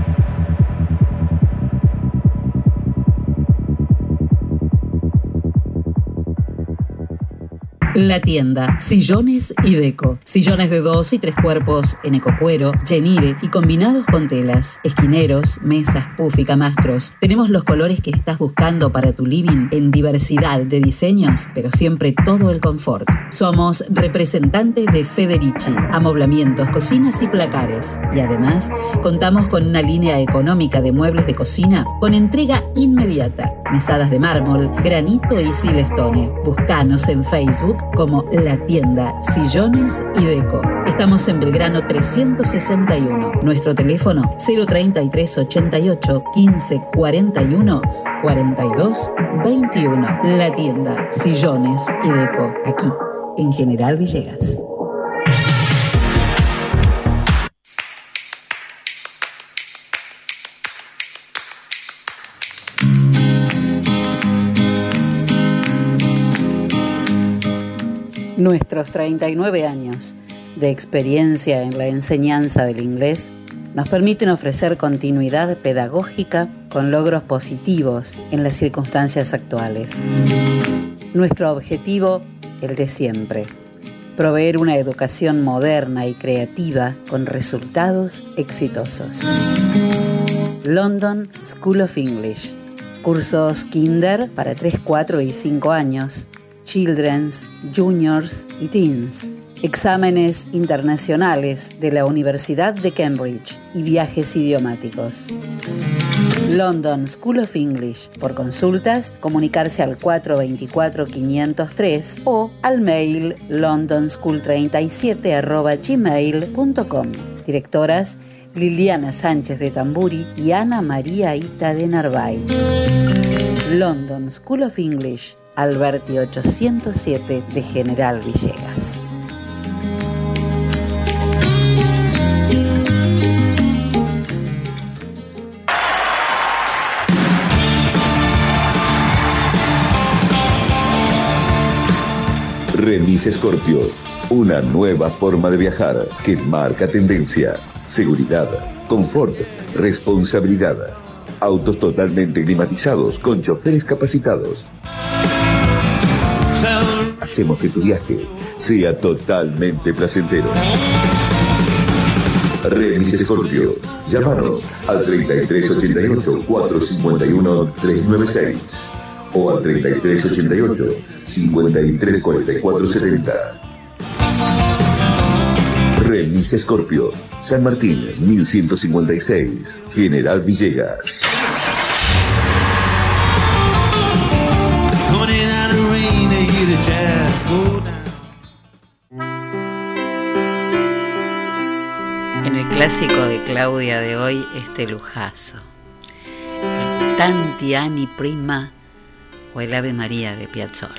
La tienda Sillones y Deco. Sillones de 2 y 3 cuerpos en ecocuero, chenil y combinados con telas. Esquineros, mesas, puff y camastros. Tenemos los colores que estás buscando para tu living en diversidad de diseños, pero siempre todo el confort. Somos representantes de Federici, amoblamientos, cocinas y placares. Y además, contamos con una línea económica de muebles de cocina con entrega inmediata. Mesadas de mármol, granito y silestone. Búscanos en Facebook como La Tienda Sillones y Deco. Estamos en Belgrano 361. Nuestro teléfono 033 88 15 41 42 21. La Tienda Sillones y Deco. Aquí, en General Villegas. Nuestros 39 años de experiencia en la enseñanza del inglés nos permiten ofrecer continuidad pedagógica con logros positivos en las circunstancias actuales. Nuestro objetivo, el de siempre: proveer una educación moderna y creativa con resultados exitosos. London School of English. Cursos Kinder para 3, 4 y 5 años. Children's, Juniors y Teens. Exámenes internacionales de la Universidad de Cambridge y viajes idiomáticos. London School of English. Por consultas, comunicarse al 424-503 o al mail londonschool37@gmail.com. Directoras Liliana Sánchez de Tamburi y Ana María Ita de Narváez. London School of English, Alberti 807 de General Villegas. Remis Scorpio, una nueva forma de viajar que marca tendencia. Seguridad, confort, responsabilidad. Autos totalmente climatizados con choferes capacitados. Hacemos que tu viaje sea totalmente placentero. Remis Scorpio. Llámanos al 3388-451-396 o al 3388-534470. Remis Scorpio. San Martín, 1156. General Villegas. En el clásico de Claudia de hoy, este lujazo. El Tanti Ani Prima o el Ave María de Piazzolla.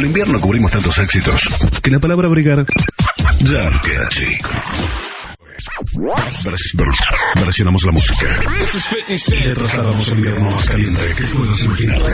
el invierno cubrimos tantos éxitos que la palabra brigar ya no queda chico. Versionamos la música. Le trasladamos el invierno más caliente que puedas imaginarte.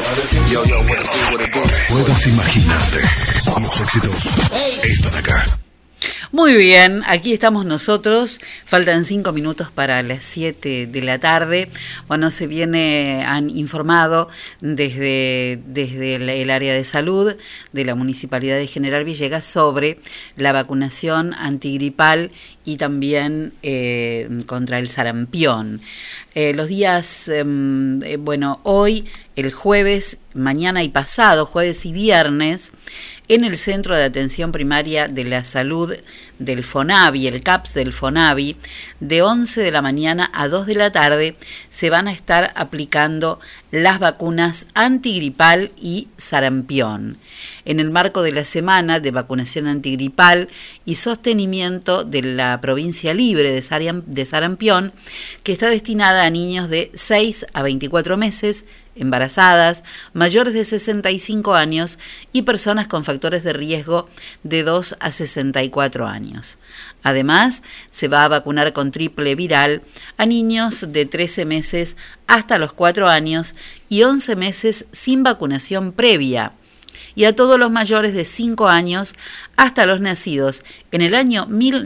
Puedas imaginarte. Los éxitos están acá. Muy bien, aquí estamos nosotros, faltan 5 minutos para las 7 de la tarde. Bueno, han informado desde el área de salud de la Municipalidad de General Villegas sobre la vacunación antigripal y también contra el sarampión. Los días, hoy, el jueves, mañana y pasado, jueves y viernes, en el Centro de Atención Primaria de la Salud del FONAVI, el CAPS del FONAVI, de 11 de la mañana a 2 de la tarde, se van a estar aplicando las vacunas antigripal y sarampión. En el marco de la semana de vacunación antigripal y sostenimiento de la provincia libre de sarampión, que está destinada a niños de 6 a 24 meses, embarazadas, mayores de 65 años y personas con factores de riesgo de 2 a 64 años. Además, se va a vacunar con triple viral a niños de 13 meses hasta los 4 años y 11 meses sin vacunación previa, y a todos los mayores de 5 años hasta los nacidos en el año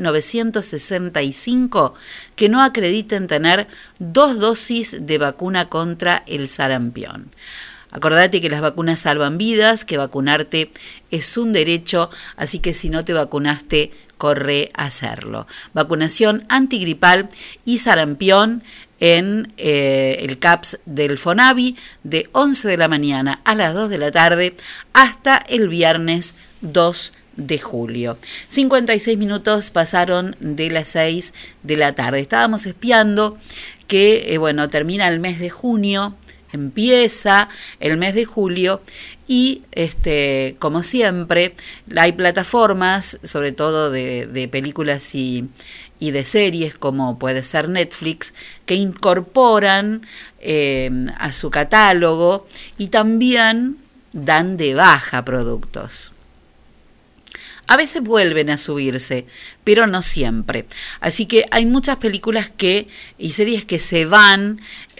1965 que no acrediten tener 2 dosis de vacuna contra el sarampión. Acordate que las vacunas salvan vidas, que vacunarte es un derecho, así que si no te vacunaste, corre a hacerlo. Vacunación antigripal y sarampión en el CAPS del FONAVI de 11 de la mañana a las 2 de la tarde hasta el viernes 2 de julio. 56 minutos pasaron de las 6 de la tarde. Estábamos espiando que, termina el mes de junio, empieza el mes de julio y, como siempre, hay plataformas, sobre todo de películas y de series, como puede ser Netflix, que incorporan a su catálogo y también dan de baja productos. A veces vuelven a subirse, pero no siempre. Así que hay muchas películas y series que se van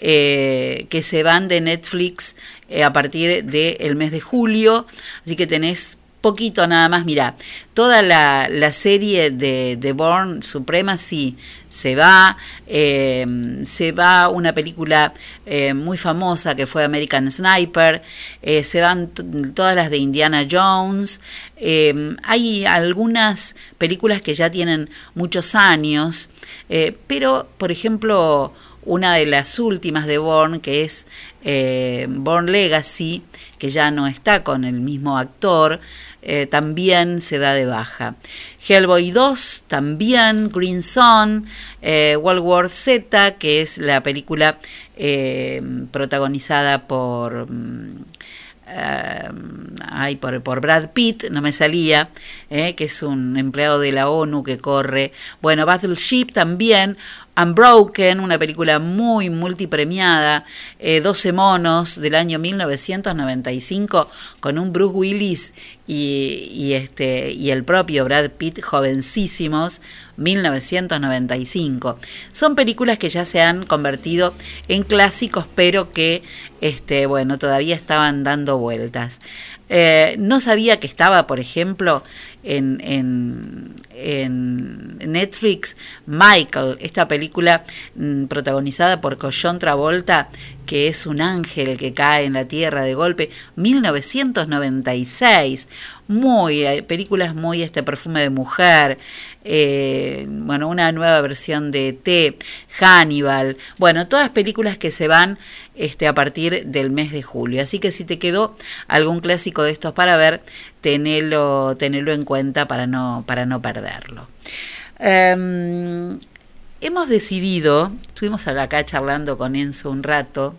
de Netflix a partir del mes de julio. Así que tenés poquito nada más. Mirá, toda la serie de Bourne Supremacy se va una película muy famosa que fue American Sniper, se van todas las de Indiana Jones, hay algunas películas que ya tienen muchos años, pero por ejemplo una de las últimas de Bourne, que es Bourne Legacy, que ya no está con el mismo actor, también se da de baja. Hellboy 2 también, Green Zone, World War Z, que es la película protagonizada por Brad Pitt, no me salía, que es un empleado de la ONU que corre. Bueno, Battleship también, Unbroken, una película muy multipremiada, 12 monos del año 1995 con un Bruce Willis y el propio Brad Pitt jovencísimos, 1995. Son películas que ya se han convertido en clásicos, pero que todavía estaban dando vueltas. No sabía que estaba, por ejemplo, en Netflix, Michael, esta película protagonizada por John Travolta, que es un ángel que cae en la tierra de golpe, 1996. Películas muy perfume de mujer, una nueva versión de E.T., Hannibal, todas películas que se van a partir del mes de julio. Así que si te quedó algún clásico de estos para ver, tenelo en cuenta para no perderlo. Hemos decidido, estuvimos acá charlando con Enzo un rato.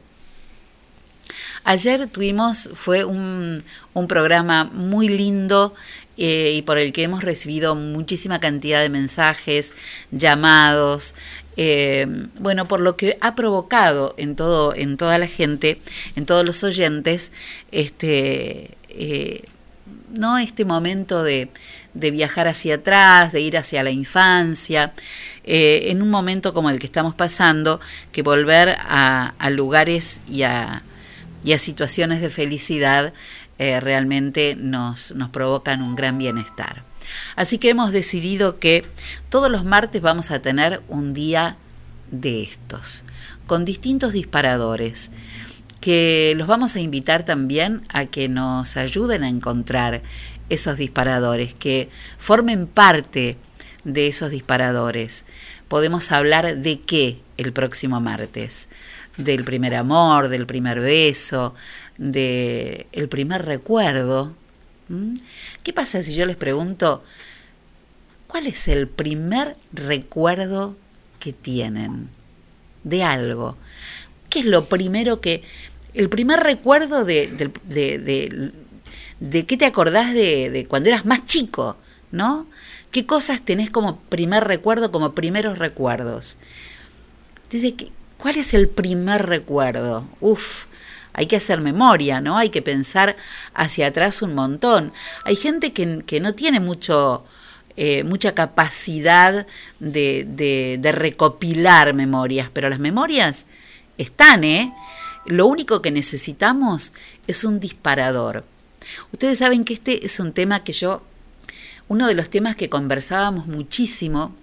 Ayer fue un programa muy lindo y por el que hemos recibido muchísima cantidad de mensajes, llamados, por lo que ha provocado en toda la gente, en todos los oyentes, ¿no? Este momento de viajar hacia atrás, de ir hacia la infancia, en un momento como el que estamos pasando, que volver a lugares y a situaciones de felicidad realmente nos provocan un gran bienestar. Así que hemos decidido que todos los martes vamos a tener un día de estos, con distintos disparadores, que los vamos a invitar también a que nos ayuden a encontrar esos disparadores, que formen parte de esos disparadores. Podemos hablar de qué el próximo martes, del primer amor, del primer beso, del primer recuerdo. ¿Qué pasa si yo les pregunto cuál es el primer recuerdo que tienen de algo? ¿Qué es lo primero el primer recuerdo de qué te acordás de cuando eras más chico, ¿no? ¿Qué cosas tenés como primer recuerdo, como primeros recuerdos? Dice, ¿cuál es el primer recuerdo? Hay que hacer memoria, ¿no? Hay que pensar hacia atrás un montón. Hay gente que no tiene mucha capacidad de recopilar memorias, pero las memorias están, Lo único que necesitamos es un disparador. Ustedes saben que este es un tema que uno de los temas que conversábamos muchísimo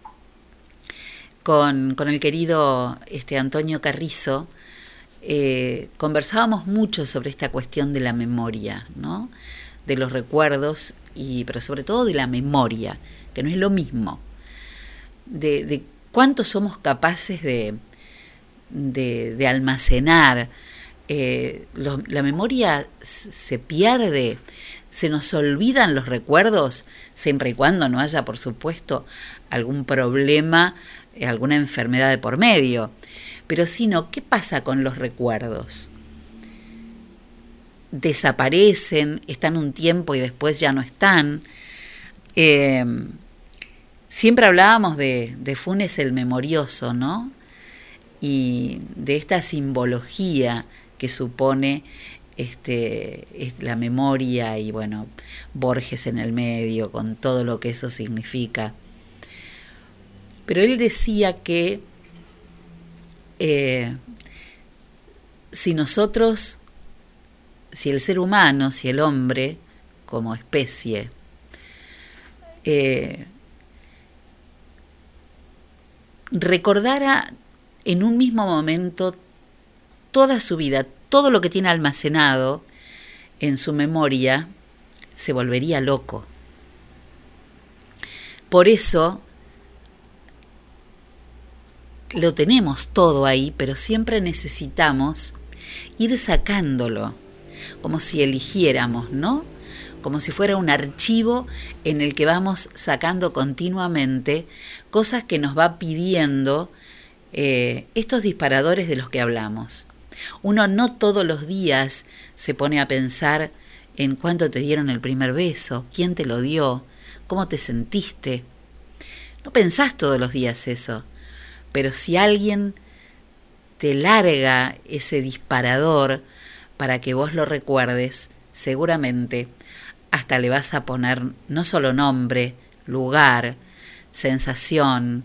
con el querido Antonio Carrizo, conversábamos mucho sobre esta cuestión de la memoria, ¿no? De los recuerdos, pero sobre todo de la memoria, que no es lo mismo, de cuánto somos capaces de almacenar. La memoria se pierde, se nos olvidan los recuerdos, siempre y cuando no haya, por supuesto, algún problema, alguna enfermedad de por medio. Pero si no, ¿qué pasa con los recuerdos? Desaparecen, están un tiempo y después ya no están. Siempre hablábamos de Funes el Memorioso, ¿no? Y de esta simbología que supone es la memoria, y bueno, Borges en el medio, con todo lo que eso significa. Pero él decía que si el ser humano, si el hombre como especie recordara en un mismo momento toda su vida, todo lo que tiene almacenado en su memoria, se volvería loco. Por eso lo tenemos todo ahí, pero siempre necesitamos ir sacándolo, como si eligiéramos, ¿no? Como si fuera un archivo en el que vamos sacando continuamente cosas que nos va pidiendo estos disparadores de los que hablamos. Uno no todos los días se pone a pensar en cuánto te dieron el primer beso, quién te lo dio, cómo te sentiste. No pensás todos los días eso, pero si alguien te larga ese disparador para que vos lo recuerdes, seguramente hasta le vas a poner no solo nombre, lugar, sensación,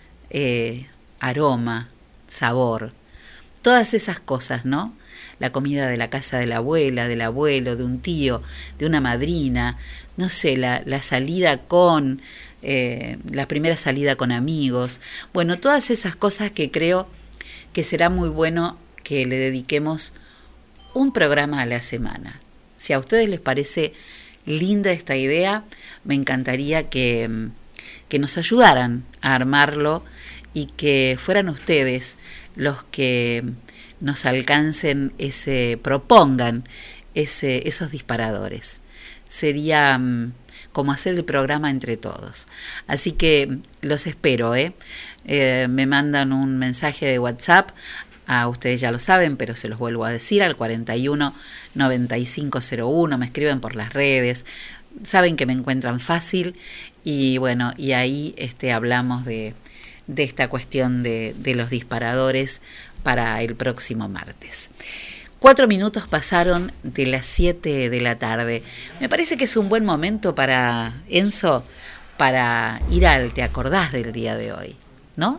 aroma, sabor, todas esas cosas, ¿no? La comida de la casa de la abuela, del abuelo, de un tío, de una madrina, no sé, la salida con, la primera salida con amigos. Bueno, todas esas cosas que creo que será muy bueno que le dediquemos un programa a la semana. Si a ustedes les parece linda esta idea, me encantaría que nos ayudaran a armarlo y que fueran ustedes los que nos alcancen propongan esos disparadores. Sería como hacer el programa entre todos. Así que los espero, me mandan un mensaje de WhatsApp, ustedes ya lo saben, pero se los vuelvo a decir, al 41 9501, me escriben por las redes, saben que me encuentran fácil, y bueno, y ahí hablamos de esta cuestión de los disparadores para el próximo martes. 4 minutos pasaron de las 7 de la tarde. Me parece que es un buen momento para, Enzo, para ir al ¿te acordás del día de hoy? ¿No?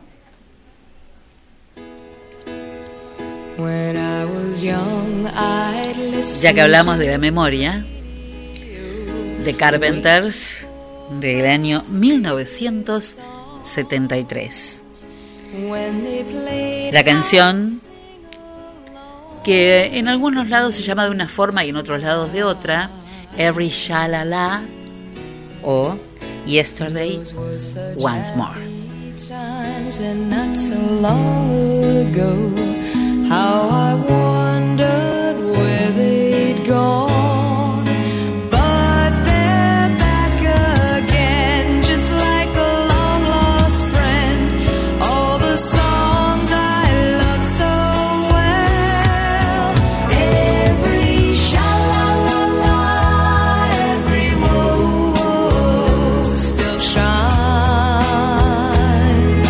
Ya que hablamos de la memoria, The Carpenters, del año 1973. La canción, que en algunos lados se llama de una forma y en otros lados de otra, Every Shalala o Yesterday Once More. How I wondered where they'd gone, but they're back again, just like a long lost friend. All the songs I love so well, every sha-la-la-la, every woe still shines.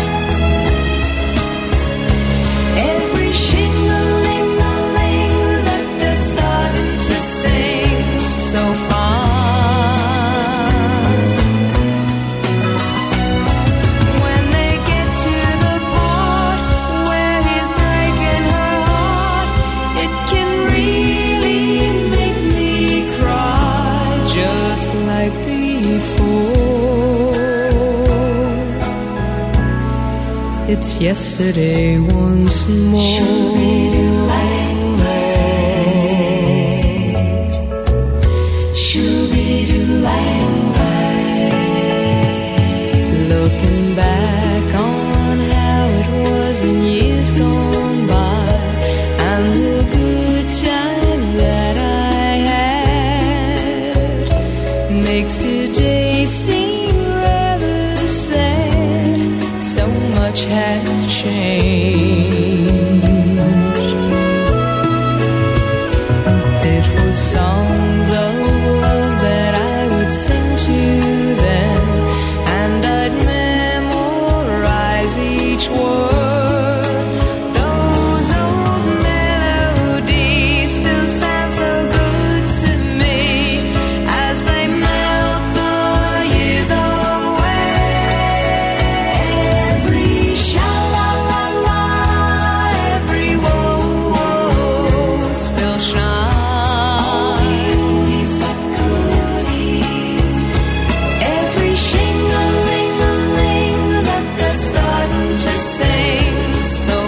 Every shing-a-ling-a-ling that they're starting to sing so fine. When they get to the part where he's breaking her heart, it can really make me cry, just like before. It's yesterday once more. Looking back on how it was in years gone by, and the good times that I had, makes today seem rather sad. So much has changed. It was songs of love that I would sing to them, and I'd memorize each word. Those old melodies still sound so good to me as they melt the years away. Every sha-la-la-la, every woe still shines. Oldies but goodies. Every shing-a-ling-a-ling that they're starting to sing so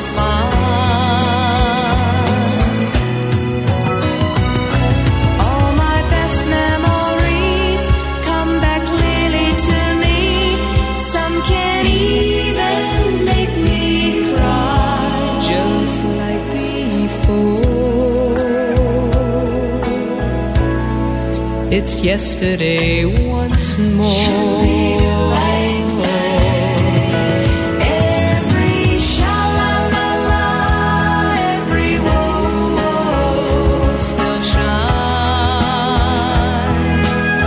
fine. All my best memories come back clearly to me. Some can even make me cry, just like before. It's yesterday once more. Every sha-la-la-la, every woe still shines.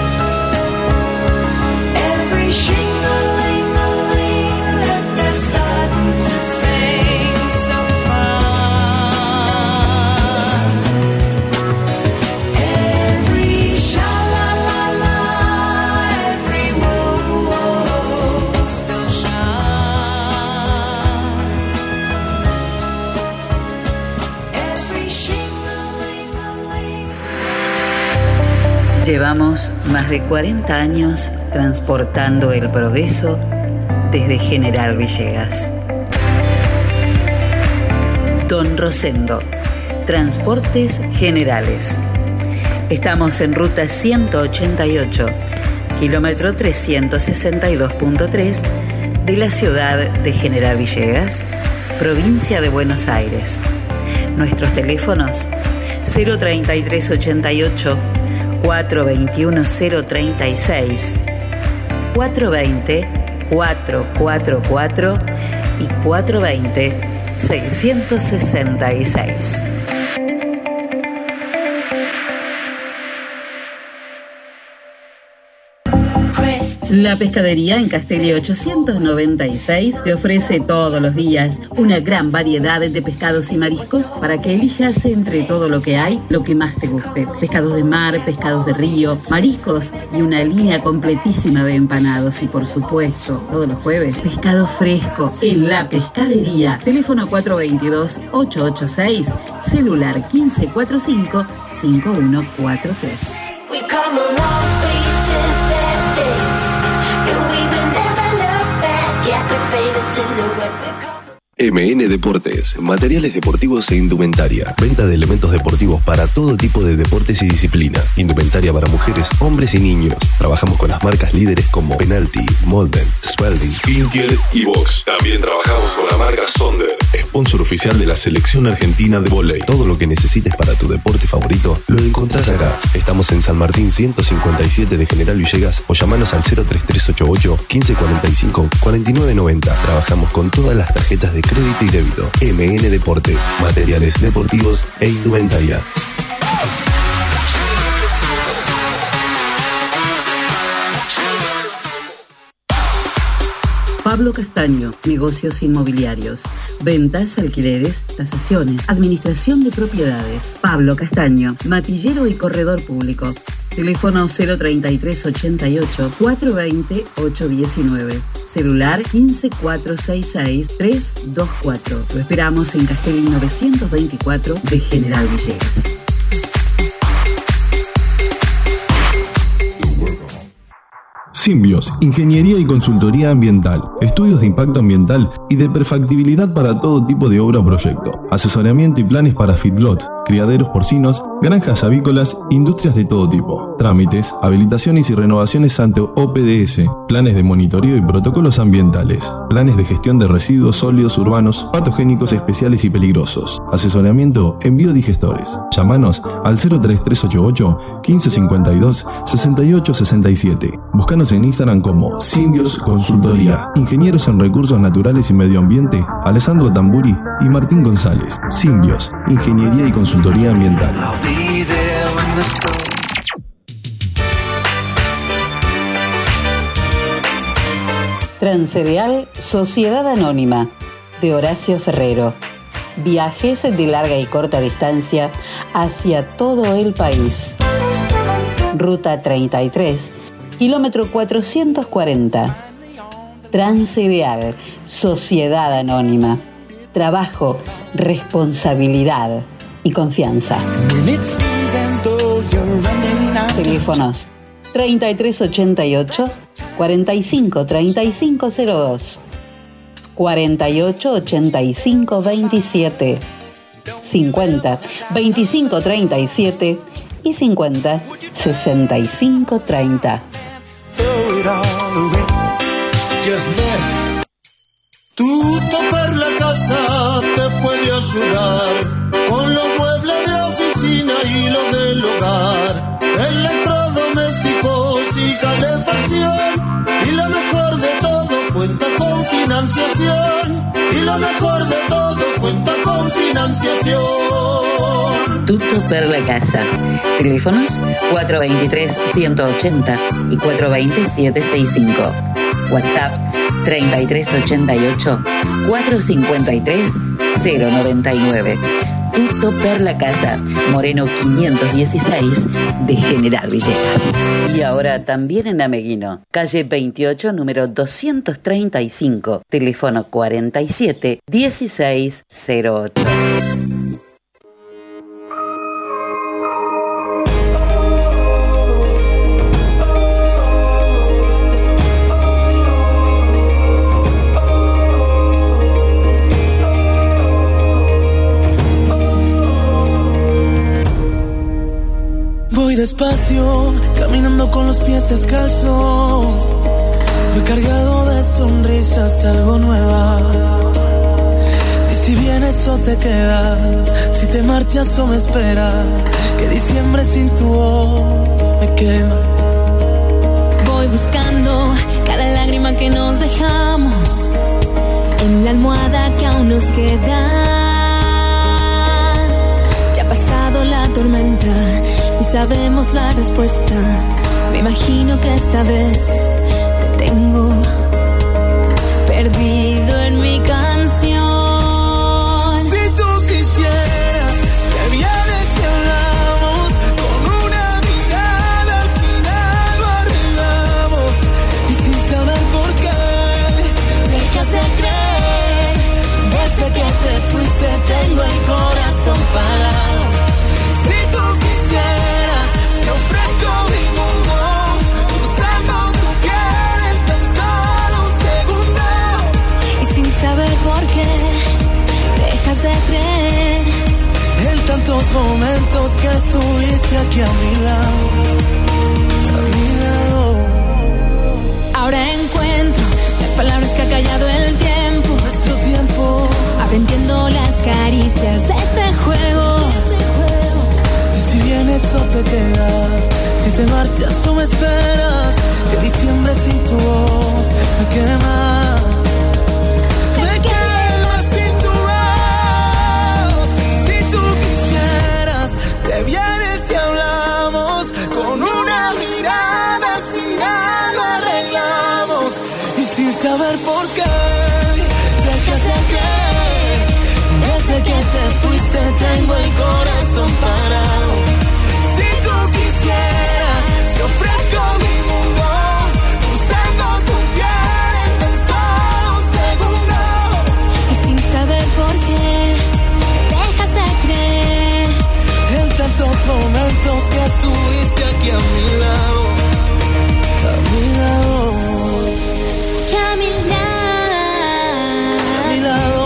Every shing-a-ling-a-ling that they're starting to sing so fine. Every sha-la-la-la, every woe still shines. Every shing-a-ling-a-ling. Llevamos más de 40 años transportando el progreso desde General Villegas. Don Rosendo, Transportes Generales. Estamos en ruta 188, kilómetro 362.3 de la ciudad de General Villegas, provincia de Buenos Aires. Nuestros teléfonos 03388 421 036, 420 444 y 420 666. Crisp La Pescadería en Castelli 896 te ofrece todos los días una gran variedad de pescados y mariscos para que elijas entre todo lo que hay, lo que más te guste. Pescados de mar, pescados de río, mariscos y una línea completísima de empanados. Y por supuesto, todos los jueves, pescado fresco en La Pescadería. Teléfono 422-886, celular 1545-5143. We come a long way since that day, and we will never look back at the faded silhouette. MN Deportes, materiales deportivos e indumentaria. Venta de elementos deportivos para todo tipo de deportes y disciplina. Indumentaria para mujeres, hombres y niños. Trabajamos con las marcas líderes como Penalty, Molden, Spalding, Intier y Box. También trabajamos con la marca Sonder, sponsor oficial de la selección argentina de vóley. Todo lo que necesites para tu deporte favorito lo encontrás acá. Estamos en San Martín 157 de General Villegas o llamanos al 03388 1545 4990. Trabajamos con todas las tarjetas de crédito y débito. MN Deportes, materiales deportivos e indumentaria. Pablo Castaño, negocios inmobiliarios, ventas, alquileres, tasaciones, administración de propiedades. Pablo Castaño, matillero y corredor público. Teléfono 03388 420 819. Celular 15466 324. Lo esperamos en Castelli 924 de General Villegas. Simbios, ingeniería y consultoría ambiental, estudios de impacto ambiental y de perfectibilidad para todo tipo de obra o proyecto, asesoramiento y planes para feedlot, criaderos porcinos, granjas avícolas, industrias de todo tipo, trámites, habilitaciones y renovaciones ante OPDS, planes de monitoreo y protocolos ambientales, planes de gestión de residuos sólidos urbanos, patogénicos especiales y peligrosos, asesoramiento en biodigestores. Llámanos al 03388 1552 6867. Búscanos en Instagram como Simbios Consultoría. Ingenieros en Recursos Naturales y Medio Ambiente, Alessandro Tamburi y Martín González. Simbios, Ingeniería y Consultoría Ambiental. Transcereal Sociedad Anónima de Horacio Ferrero. Viajes de larga y corta distancia hacia todo el país. Ruta 33, kilómetro 440. Transcereal Sociedad Anónima. Trabajo, responsabilidad y confianza. Teléfonos 3388 45 3502, 48 85 27, 50 25 37 y 50 65 30. Tutto per la casa te puede ayudar con los muebles de oficina y los del hogar, electrodomésticos y calefacción, y lo mejor de todo cuenta con financiación, y lo mejor de todo cuenta con financiación. Tutto per la casa. Teléfonos 423-180 y 420-765. WhatsApp 3388-453-099. Tutto per la casa. Moreno 516 de General Villegas. Y ahora también en Ameguino. Calle 28, número 235. Teléfono 47-1608. Voy despacio, caminando con los pies descalzos. Voy cargado de sonrisas, algo nuevas. Y si vienes o te quedas, si te marchas o me esperas, que diciembre sin tu voz me quema. Voy buscando cada lágrima que nos dejamos en la almohada que aún nos queda. Ya ha pasado la tormenta y sabemos la respuesta. Me imagino que esta vez tengo perdido en mi canción. Si tú quisieras que vienes y hablamos, con una mirada al final lo arreglamos, y sin saber por qué dejas de creer. Desde que te fuiste tengo el corazón parado. Si tú quisieras te ofrezco mi mundo, usando tu piel en tan solo un segundo, Y sin saber por qué dejas de creer. en tantos momentos que estuviste aquí a mi lado, a mi lado. Ahora encuentro las palabras que ha callado el tiempo, Nuestro tiempo, aprendiendo las caricias de este juego. y si vienes o te quedas, si te marchas o me esperas, que diciembre sin tu voz me quema. Me quema sin tu voz. Si tú quisieras, te vienes y hablamos, con una mirada al final lo arreglamos, y sin saber por qué dejas de creer. Desde que te fuiste tengo el corazón parado. Si tú quisieras, te ofrezco mi mundo, usando tu piel en tan solo un segundo, Y sin saber por qué dejas de creer. en tantos momentos que estuviste aquí a mi lado, a mi lado, Que a mi a mi lado,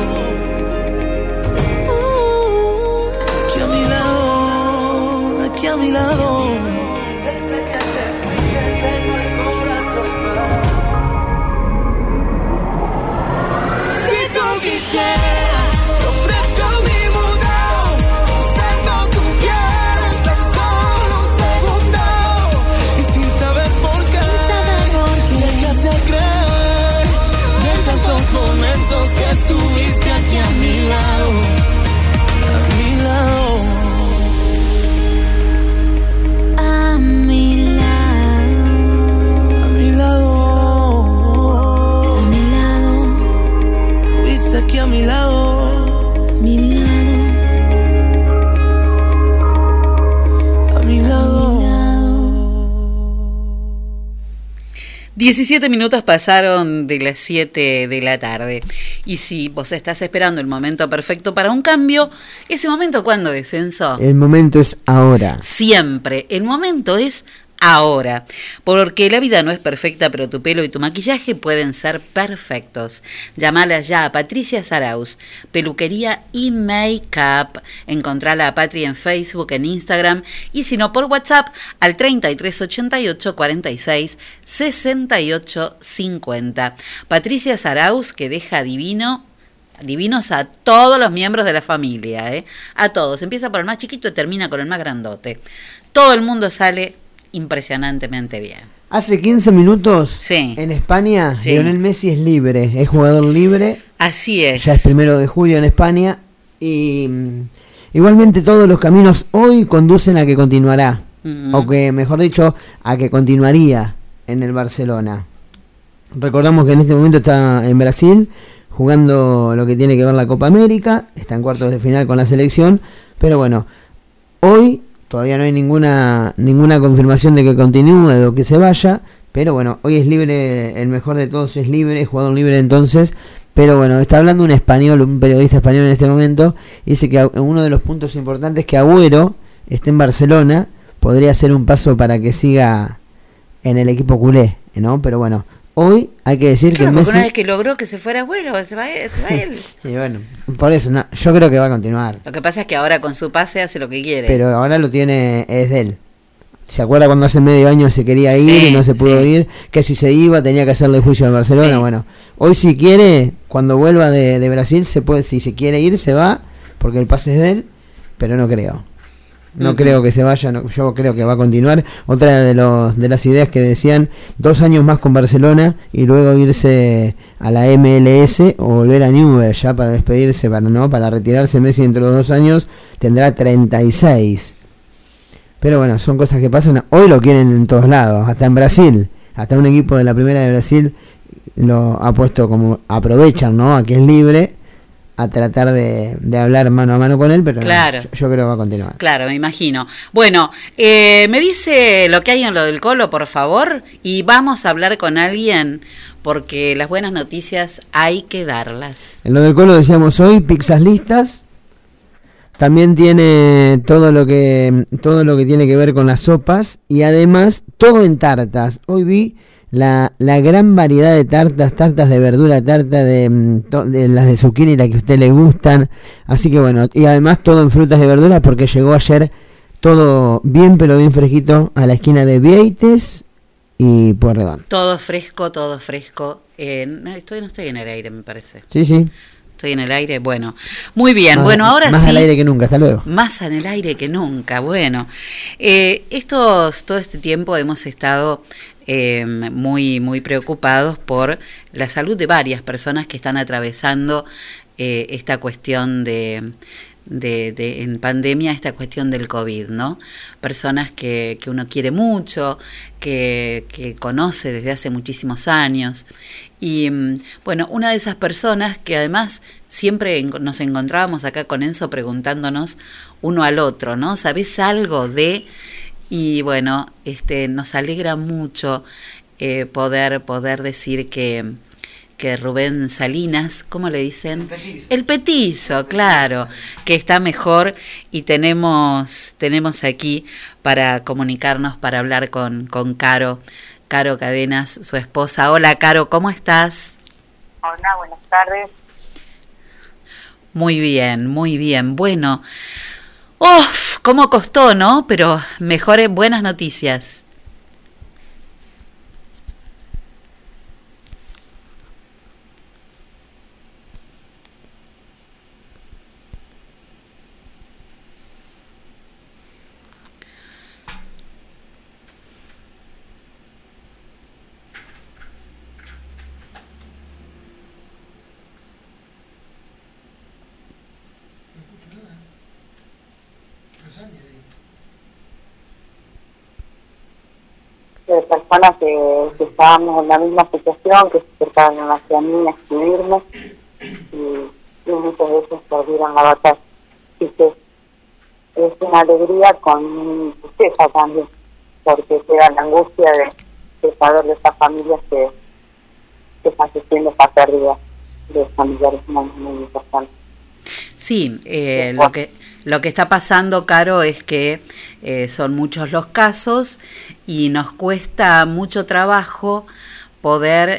aquí a mi lado, aquí a mi lado. Desde que te fuiste tengo el corazón parado. Si tú quisieras, te ofrezco mi mundo, usando tu piel en tan solo un segundo, y sin saber por qué dejas de creer. En tantos momentos que estuviste aquí a mi lado, a mi lado. a mi lado, A mi lado, a mi lado, estuviste aquí a mi lado, a mi lado, a mi lado. 17 minutos pasaron de las 7 de la tarde. Y si vos estás esperando el momento perfecto para un cambio, ¿ese momento cuándo es, Enzo? El momento es ahora. Siempre. El momento es ahora. Porque la vida no es perfecta, pero tu pelo y tu maquillaje pueden ser perfectos. Llamala ya a Patricia Saraus, peluquería y make-up. Encontrala a Patri en Facebook, en Instagram, y si no por WhatsApp al 3388 46 68 50. Patricia Saraus, que deja divinos a todos los miembros de la familia, ¿eh? A todos. Empieza por el más chiquito y termina con el más grandote. Todo el mundo sale impresionantemente bien. Hace 15 minutos, Sí. en España, Sí. Lionel Messi es libre, es jugador libre. Así es. Ya es 1 de julio en España. Y igualmente todos los caminos hoy conducen a que continuará. O que, mejor dicho, a que continuaría en el Barcelona. Recordamos que en este momento está en Brasil jugando lo que tiene que ver la Copa América. Está en cuartos de final con la selección. Pero bueno, hoy todavía no hay ninguna confirmación de que continúe o que se vaya. Pero bueno, hoy es libre, el mejor de todos es libre, jugador libre entonces. Pero bueno, está hablando un español, un periodista español en este momento. Y dice que uno de los puntos importantes que Agüero esté en Barcelona podría ser un paso para que siga en el equipo culé, ¿no? Pero bueno, hoy hay que decir Claro, que porque Messi... una vez que logró que se fuera Agüero, se va él. Y bueno, por eso, no, yo creo que va a continuar. Lo que pasa es que ahora con su pase hace lo que quiere. Pero ahora lo tiene, es de él. ¿Se acuerda cuando hace medio año se quería ir Sí, y no se pudo sí. ir? Que si se iba tenía que hacerle juicio al Barcelona. Sí. Bueno, hoy si quiere, cuando vuelva de Brasil, se puede, si se quiere ir, se va, porque el pase es de él, pero no creo. No creo que se vaya, no, yo creo que va a continuar. Otra de las ideas que decían, 2 años más con Barcelona y luego irse a la MLS o volver a Newell's ya para despedirse, para retirarse. Messi entre los 2 años tendrá 36. Pero bueno, son cosas que pasan. Hoy lo quieren en todos lados, hasta en Brasil. hasta un equipo de la Primera de Brasil lo ha puesto como, aprovechan, ¿no?, a que es libre, a tratar de hablar mano a mano con él, pero claro. Yo creo que va a continuar. Claro, me imagino. Bueno, me dice lo que hay en lo del Colo, por favor, y vamos a hablar con alguien, porque las buenas noticias hay que darlas. En lo del Colo decíamos hoy, pizzas listas. También tiene todo lo que tiene que ver con las sopas, y además todo en tartas. Hoy vi la gran variedad de tartas de verdura, tarta de las de zucchini, las que a usted le gustan. Así que bueno, y además todo en frutas de verduras, porque llegó ayer todo bien, pero bien fresquito, a la esquina de Vieites y Pueyrredón. Todo fresco. No estoy en el aire, me parece. Sí. Estoy en el aire, bueno. Muy bien, bueno, ahora más sí. Más al aire que nunca, hasta luego. Más en el aire que nunca, bueno. Todo este tiempo hemos estado muy preocupados por la salud de varias personas que están atravesando esta cuestión en pandemia, esta cuestión del COVID, ¿no? Personas que uno quiere mucho, que conoce desde hace muchísimos años. Y bueno, una de esas personas que además siempre nos encontrábamos acá con Enzo preguntándonos uno al otro, ¿no? ¿Sabés algo de...? Y bueno, nos alegra mucho poder decir que Rubén Salinas, ¿cómo le dicen? El petizo, claro, que está mejor, y tenemos aquí para comunicarnos, para hablar con Caro Cadenas, su esposa. Hola, Caro, ¿cómo estás? Hola, buenas tardes. Muy bien. Bueno, cómo costó, ¿no? Pero mejores, buenas noticias. De personas que estábamos en la misma situación, que se acercaban hacia mí a escribirme, y muchas veces perdieron la batalla. Así que es una alegría con tristeza también, porque queda la angustia de saber de estas familias que están sufriendo esta pérdida de familiares muy importantes. Sí, lo que está pasando, Caro, es que son muchos los casos y nos cuesta mucho trabajo poder,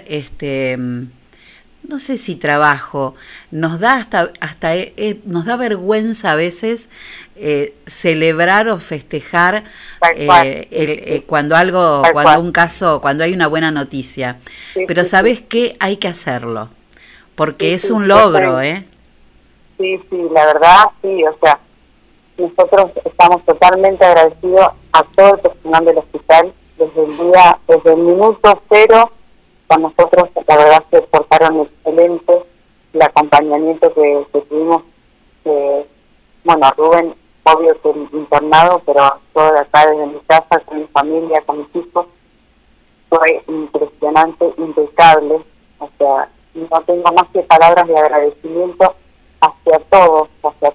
no sé si trabajo, nos da nos da vergüenza a veces celebrar o festejar cuando hay una buena noticia. Pero ¿sabés qué? Hay que hacerlo, porque es un logro, Sí, la verdad, sí, o sea, nosotros estamos totalmente agradecidos a todo el personal del hospital, desde el minuto cero, con nosotros, la verdad se portaron excelentes, el acompañamiento que tuvimos, bueno, Rubén, obvio que internado, pero todo de acá desde mi casa, con mi familia, con mis hijos, fue impresionante, impecable, o sea, no tengo más que palabras de agradecimiento hacia todos,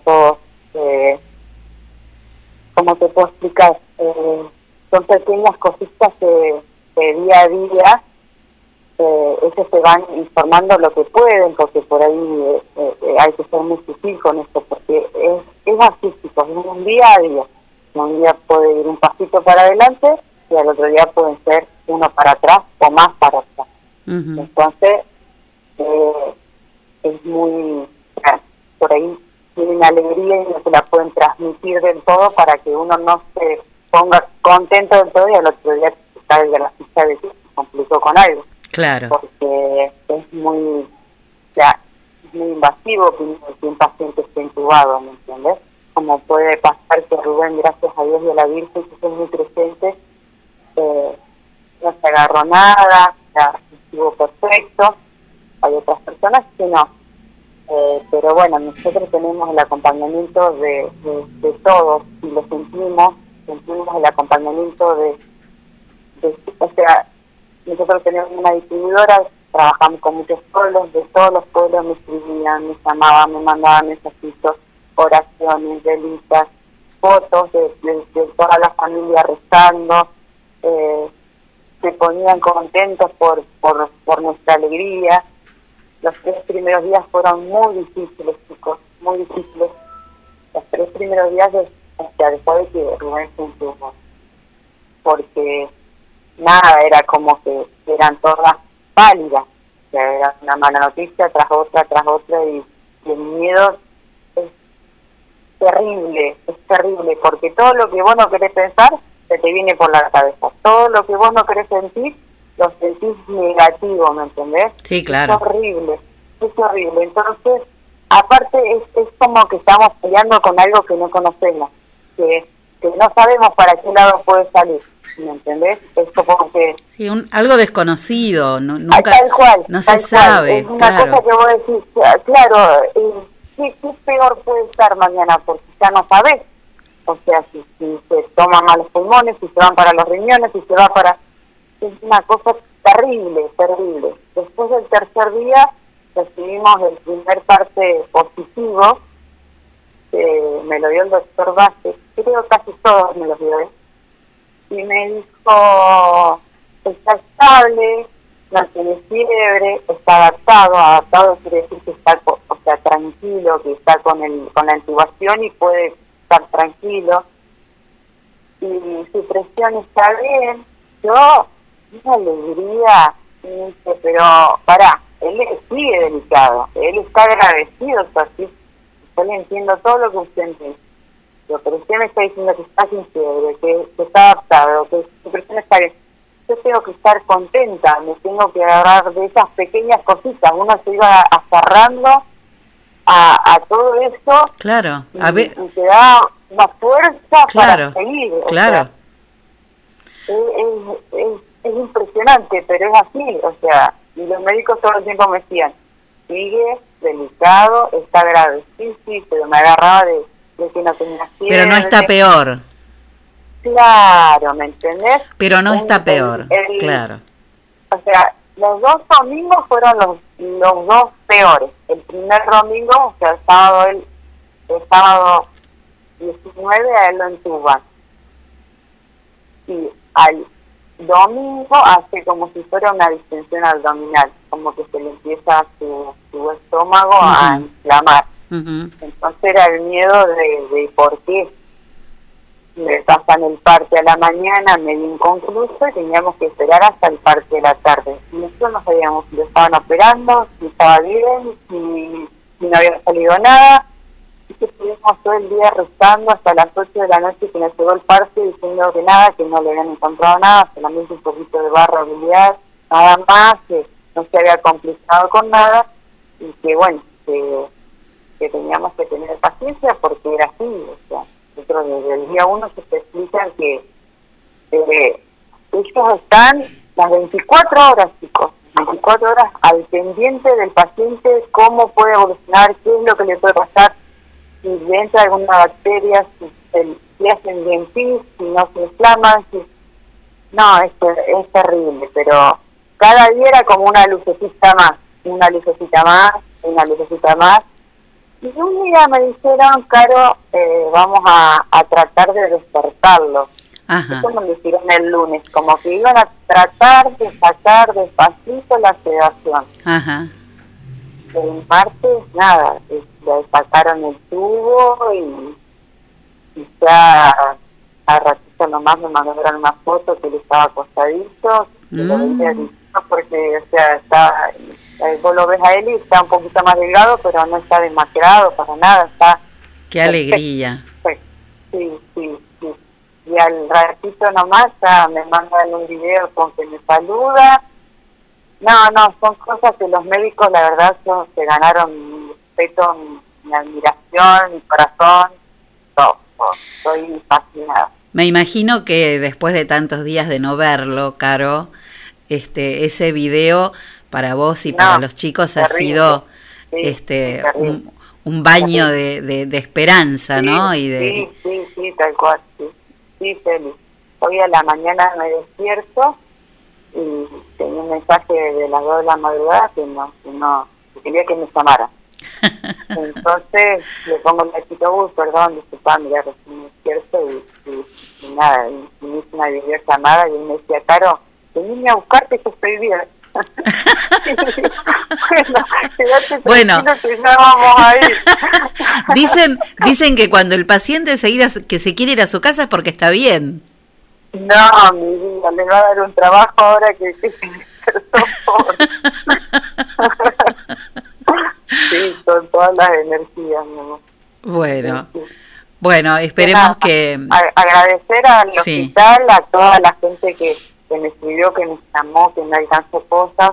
¿cómo te puedo explicar? Son pequeñas cositas que día a día ellos se van informando lo que pueden, porque por ahí hay que ser muy sutil con esto, porque es así, chicos, es un día a día. Un día puede ir un pasito para adelante y al otro día pueden ser uno para atrás o más para atrás. Uh-huh. Entonces, es muy... por ahí tienen alegría y no se la pueden transmitir del todo para que uno no se ponga contento del todo y al otro día caiga la ficha de que se complicó con algo. Claro. Porque es muy invasivo que un paciente esté intubado, ¿me entiendes? Como puede pasar que Rubén, gracias a Dios y a la Virgen, que son muy presentes, no se agarró nada, estuvo perfecto. Hay otras personas que no. Pero bueno, nosotros tenemos el acompañamiento de todos y lo sentimos el acompañamiento o sea, nosotros tenemos una distribuidora, trabajamos con muchos pueblos, de todos los pueblos me escribían, me llamaban, me mandaban mensajitos, oraciones, velitas, fotos de toda la familia rezando, se ponían contentos por nuestra alegría. Los 3 primeros días fueron muy difíciles, chicos, muy difíciles. Los 3 primeros días después de que Rubén se entuvo, porque nada, era como que eran todas pálidas, o sea, era una mala noticia tras otra, y el miedo es terrible, porque todo lo que vos no querés pensar se te viene por la cabeza, todo lo que vos no querés sentir lo sentís negativo, ¿me entendés? Sí, claro. Es horrible, entonces aparte es como que estamos peleando con algo que no conocemos, que no sabemos para qué lado puede salir, ¿me entendés? Es como que... Sí, algo desconocido, nunca, tal cual, no se sabe. Es una cosa que vos decís, claro, ¿qué peor puede estar mañana? Porque ya no sabés. O sea, si se toman mal los pulmones, si se van para los riñones, si se va para... Es una cosa terrible. Después del 3er día recibimos el primer parte positivo, que me lo dio el doctor Vázquez, creo casi todos me lo dio, y me dijo, está estable, no tiene fiebre, está adaptado quiere decir que está, o sea, tranquilo, que está con la intubación y puede estar tranquilo, y su presión está bien. Yo, una alegría, pero él sigue delicado, él está agradecido, así, yo le entiendo todo lo que usted entiende, pero usted me está diciendo que está sin fiebre, que está adaptado, que su presión está bien. Yo tengo que estar contenta, me tengo que agarrar de esas pequeñas cositas, uno se iba aferrando a todo eso, claro, y te da una fuerza para seguir. Claro. Es impresionante, pero es así, o sea, y los médicos todo el tiempo me decían, sigue delicado, está grave, sí, pero me agarraba de que no tenía fiebre. Pero no está peor. Claro, ¿me entendés? Pero no está peor, claro. O sea, los 2 domingos fueron los 2 peores. El primer domingo, o sea, el sábado 19 a él lo entuban. Y al domingo hace como si fuera una distensión abdominal, como que se le empieza su estómago a inflamar. Entonces era el miedo de por qué me pasan el parte a la mañana medio inconcluso y teníamos que esperar hasta el parte de la tarde. Nosotros no sabíamos si lo estaban operando, si estaba bien, si no había salido nada. Y que estuvimos todo el día rezando hasta las 8 de la noche que nos llegó el parte diciendo que nada, que no le habían encontrado nada, solamente un poquito de barro biliar, nada más, que no se había complicado con nada y que bueno, que teníamos que tener paciencia porque era así, o sea, nosotros desde el día 1 se te explican que ellos están las 24 horas, chicos, 24 horas al pendiente del paciente, cómo puede evolucionar, qué es lo que le puede pasar, si le entra alguna bacteria, si hacen bien pis, si no se inflaman, no, es terrible, pero cada día era como una lucecita más, y un día me dijeron, Caro, vamos a tratar de despertarlo. Eso me lo hicieron el lunes, como que iban a tratar de sacar despacito la sedación. El martes, nada, le sacaron el tubo y ya a ratito nomás me mandaron una foto que él estaba acostadito, que lo veía listo porque, o sea, vos lo ves a él y está un poquito más delgado, pero no está demacrado para nada, está... ¡Qué alegría! Sí. Y al ratito nomás ya me mandan un video con que me saluda. No, son cosas que los médicos, la verdad, se ganaron mi respeto, mi admiración, mi corazón, todo. Estoy fascinada. Me imagino que después de tantos días de no verlo, Caro, ese video para vos y para los chicos terrible. Ha sido un baño de esperanza, ¿no? Y sí, tal cual, sí, feliz. Hoy a la mañana me despierto y tenía un mensaje de las 2 de la madrugada que que quería que me llamara. Entonces le pongo el mensajito, perdón, disculpa, mira, recién me despierto y nada, y me hice una videollamada y él me decía, Caro, venime a buscarte que estoy bien. Bueno, que ya vamos a ir. dicen que cuando el paciente que se quiere ir a su casa es porque está bien. No, mi vida, le va a dar un trabajo ahora que se despertó por... Sí, con todas las energías, mi amor. Bueno, esperemos que... Agradecer al hospital, a toda la gente que me escribió, que me llamó, que me alcanzó cosas.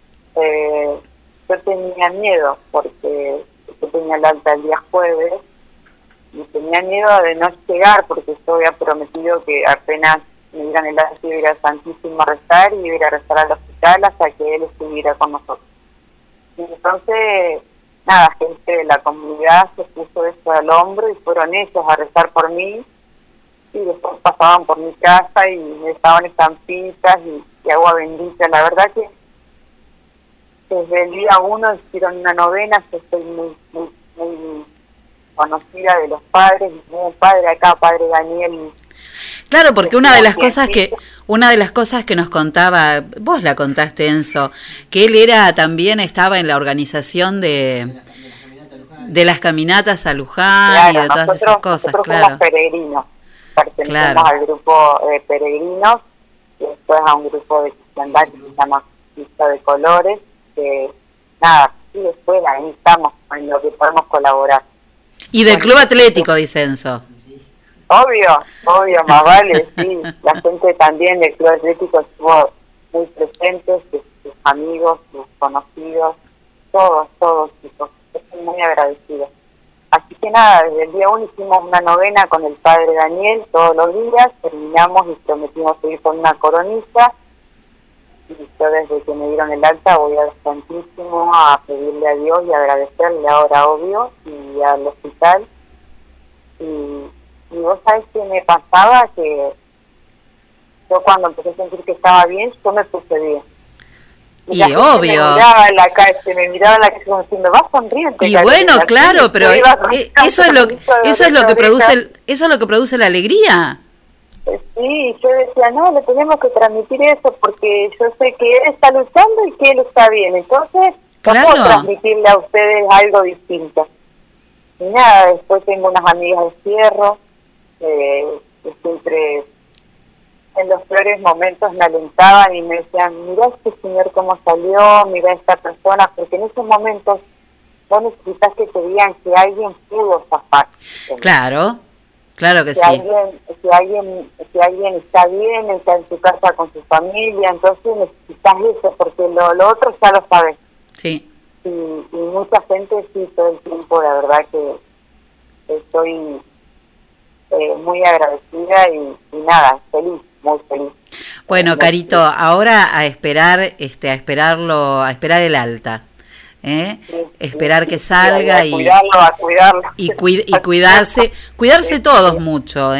Yo tenía miedo, porque yo tenía el alta el día jueves, y tenía miedo de no llegar, porque yo había prometido que apenas me dieran el alta iba a ir al Santísimo a rezar, y iba a rezar al hospital hasta que él estuviera con nosotros. Y entonces, nada, gente de la comunidad se puso eso al hombro y fueron ellos a rezar por mí, y después pasaban por mi casa y me estaban estampitas y agua bendita. La verdad que desde el día 1 hicieron una novena. Yo estoy muy conocida de los padres, y tengo un padre acá, Padre Daniel. Claro, porque una de las cosas que nos contaba, vos la contaste, Enzo, que él estaba en la organización de las caminatas a Luján, y de todas esas cosas, nosotros somos peregrinos, pertenecemos al grupo de peregrinos, y después a un grupo de cristiandad que se llama Cristo de Colores, que nada, y después ahí estamos en lo que podemos colaborar. Y del Club Atlético, dice Enzo. Obvio, más vale, sí. La gente también del Club Atlético estuvo muy presente, sus amigos, sus conocidos, todos, chicos. Estoy muy agradecida. Así que nada, desde el día 1 hicimos una novena con el Padre Daniel todos los días, terminamos y prometimos seguir con una coronilla. Y yo desde que me dieron el alta voy al Santísimo a pedirle a Dios y agradecerle ahora, obvio, y al hospital. Y vos sabés que me pasaba que yo cuando empecé a sentir que estaba bien, yo me puse bien. Y obvio. Me miraba en la calle como diciendo, vas sonriente. Y bueno, claro, pero eso es lo que produce la alegría. Sí, yo decía, no, le tenemos que transmitir eso porque yo sé que él está luchando y que él está bien. Entonces, no puedo transmitirle a ustedes algo distinto. Y nada, después tengo unas amigas de Fierro, que siempre en los peores momentos me alentaban y me decían, mira este señor cómo salió, mira esta persona, porque en esos momentos vos necesitas que te digan que alguien pudo zafar. Claro que si sí. Si alguien está bien, está en su casa con su familia, entonces necesitas eso, porque lo otro ya lo sabes. Sí. Y mucha gente sí, todo el tiempo, la verdad que estoy muy agradecida y nada, feliz, muy feliz. Bueno, Carito, ahora a esperar el alta. Esperar que salga y a cuidarlo. Y cuidarse todos mucho,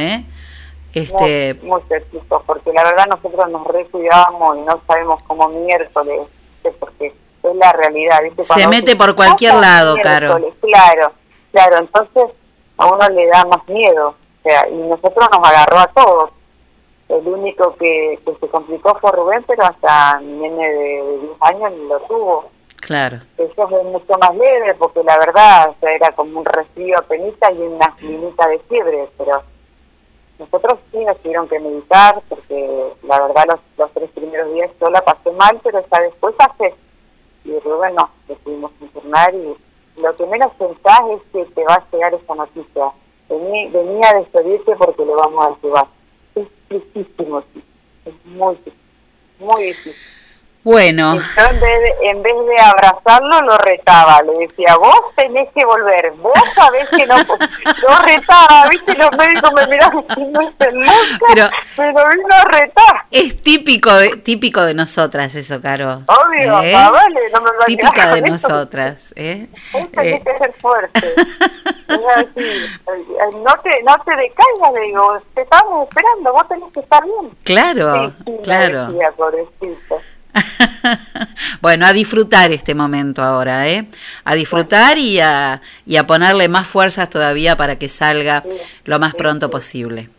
Mucho, chicos, porque la verdad nosotros nos recuidamos y no sabemos cómo miércoles, porque es la realidad, ¿viste? Se mete por cualquier lado, Caro. Claro, entonces a uno le da más miedo, o sea, y nosotros nos agarró a todos. El único que se complicó fue Rubén, pero hasta mi nene de 10 años lo tuvo. Claro. Eso es mucho más leve, porque la verdad, o sea, era como un resfrío apenita y unas minitas de fiebre, pero nosotros sí nos tuvieron que medicar, porque la verdad los 3 primeros días yo la pasé mal, pero ya después pasé. Y Rubén no, decidimos internar y lo que menos pensás es que te va a llegar esa noticia. Venía a despedirte porque le vamos a llevar. Es tristísimo, sí. Es muy difícil. Bueno. Y yo en vez de abrazarlo, lo retaba. Le decía, vos tenés que volver. Vos sabés que no... Lo retaba, ¿viste? Los médicos me miraban diciendo, este loca, pero vino a retar. Es típico de nosotras eso, Caro. Obvio, vale, no me va a típica de nosotras. Eso tiene que ser fuerte. No te decaigas, le digo, te estamos esperando, vos tenés que estar bien. Claro, claro. Decía, pobrecito. Bueno, a disfrutar este momento ahora, a disfrutar y a ponerle más fuerzas todavía para que salga lo más pronto posible.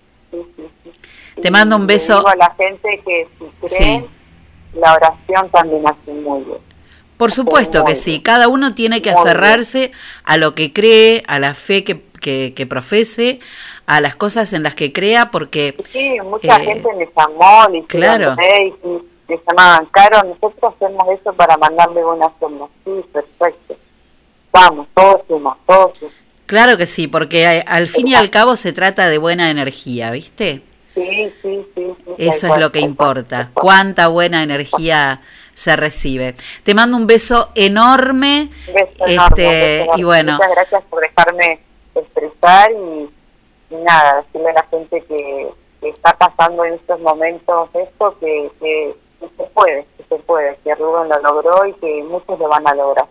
Te mando un beso. Digo a la gente que si creen, la oración también hace muy bien. Por supuesto que sí, cada uno tiene que aferrarse a lo que cree, a la fe que profese, a las cosas en las que crea, porque... Sí, mucha gente me llamó, le claro. Me llamaban, Caro, nosotros hacemos eso para mandarle buenas ondas. Sí, perfecto. Vamos, todos sumos. Claro que sí, porque al fin y al cabo se trata de buena energía, ¿viste? Sí. Eso es lo que importa, cuánta buena energía se recibe. Te mando un beso enorme. Un beso enorme. Y bueno. Muchas gracias por dejarme expresar y nada, decirle a la gente que está pasando en estos momentos esto, que se puede, que Rubén lo logró y que muchos lo van a lograr.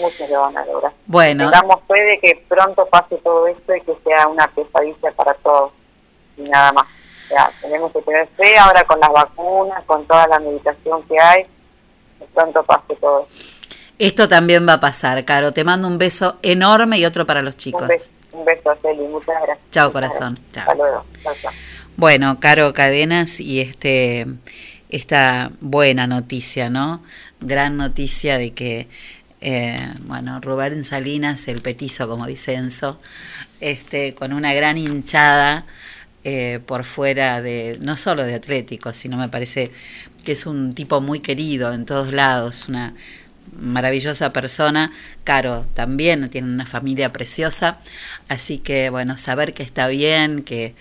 Bueno. Tengamos fe de que pronto pase todo esto y que sea una pesadilla para todos y nada más. Ya, tenemos que tener fe ahora con las vacunas, con toda la medicación que hay, que pronto pase todo esto. Esto también va a pasar, Caro. Te mando un beso enorme y otro para los chicos. Un beso, Celi. Muchas gracias. Chao, corazón. Chao. Hasta luego. Chao. Bueno, Caro Cadenas y esta buena noticia, ¿no? Gran noticia de que, Rubén Salinas, el petizo, como dice Enzo, con una gran hinchada por fuera no solo de Atlético, sino me parece que es un tipo muy querido en todos lados, una maravillosa persona. Caro también tiene una familia preciosa, así que bueno, saber que está bien, que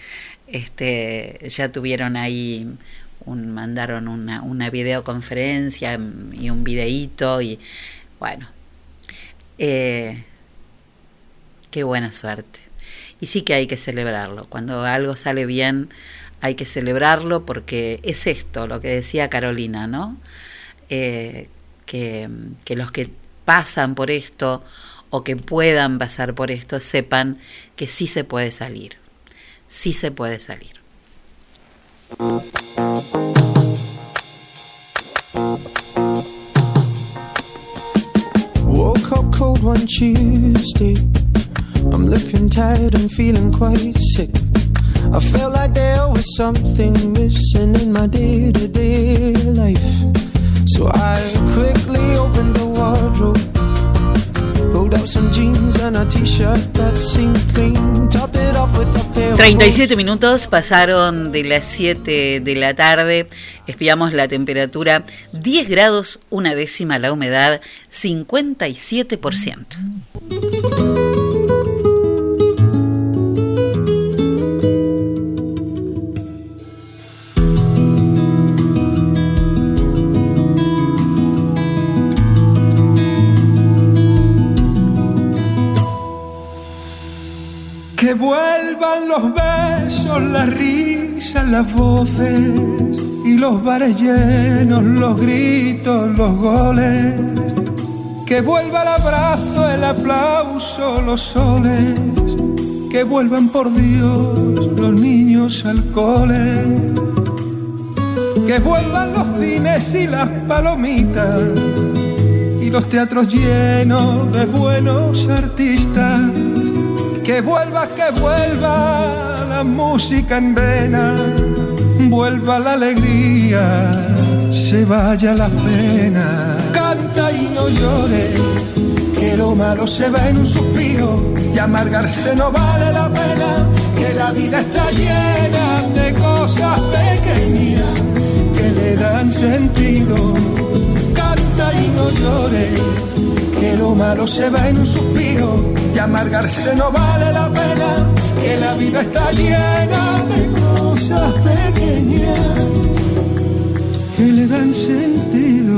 ya tuvieron ahí mandaron una videoconferencia y un videíto y bueno, qué buena suerte. Y sí que hay que celebrarlo. Cuando algo sale bien hay que celebrarlo, porque es esto lo que decía Carolina, ¿no? Que los que pasan por esto o que puedan pasar por esto sepan que sí se puede salir. Sí se puede salir. Woke up cold one Tuesday. I'm looking tired and feeling quite sick. I felt like there was something missing in my day-to-day life. So I quickly opened the wardrobe, pulled out some jeans and a t-shirt that seemed clean, topped it off with a pair of 37 minutos pasaron de las 7 de la tarde. Espiamos la temperatura, 10 grados, 1 décima la humedad, 57%. Que vuelvan los besos, las risas, las voces y los bares llenos, los gritos, los goles. Que vuelva el abrazo, el aplauso, los soles. Que vuelvan por Dios los niños al cole. Que vuelvan los cines y las palomitas y los teatros llenos de buenos artistas. Que vuelva la música en vena, vuelva la alegría, se vaya la pena. Canta y no llores, que lo malo se va en un suspiro y amargarse no vale la pena, que la vida está llena de cosas pequeñas que le dan sentido. Canta y no llores, que lo malo se va en un suspiro y amargarse no vale la pena, que la vida está llena de cosas pequeñas que le dan sentido.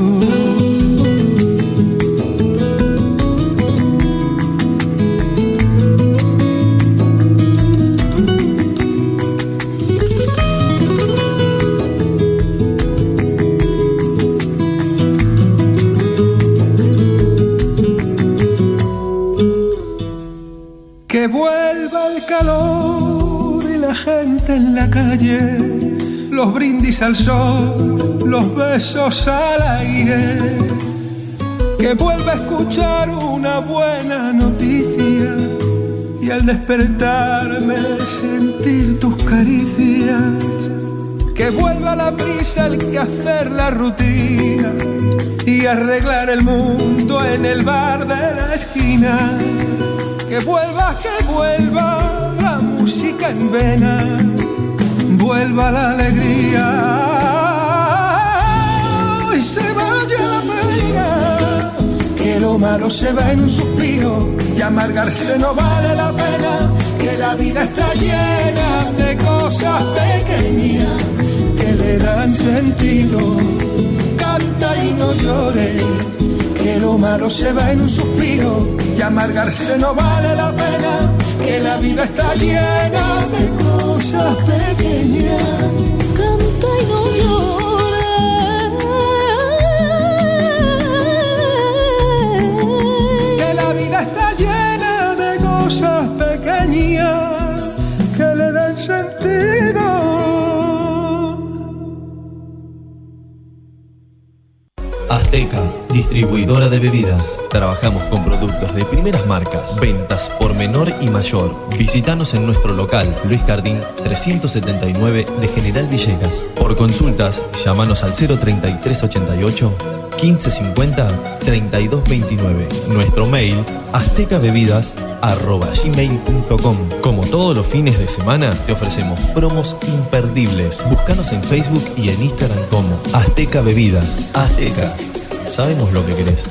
vuelva el calor y la gente en la calle, los brindis al sol, los besos al aire. Que vuelva a escuchar una buena noticia y al despertarme sentir tus caricias. Que vuelva la prisa, el quehacer, la rutina y arreglar el mundo en el bar de la esquina. Que vuelva la música en vena, vuelva la alegría y se vaya la pena. Que lo malo se va en un suspiro y amargarse no vale la pena. Que la vida está llena de cosas pequeñas que le dan sentido. Canta y no llores, que lo malo se va en un suspiro y amargarse no vale la pena. Que la vida está llena de cosas pequeñas. Canta y no llores, que la vida está llena de cosas pequeñas que le dan sentido. Azteca, distribuidora de bebidas. Trabajamos con productos de primeras marcas, ventas por menor y mayor. Visítanos en nuestro local, Luis Cardín 379 de General Villegas. Por consultas, llámanos al 03388 1550 3229. Nuestro mail, aztecabebidas@gmail.com. Como todos los fines de semana, te ofrecemos promos imperdibles. Búscanos en Facebook y en Instagram como Azteca Bebidas. Azteca, sabemos lo que querés.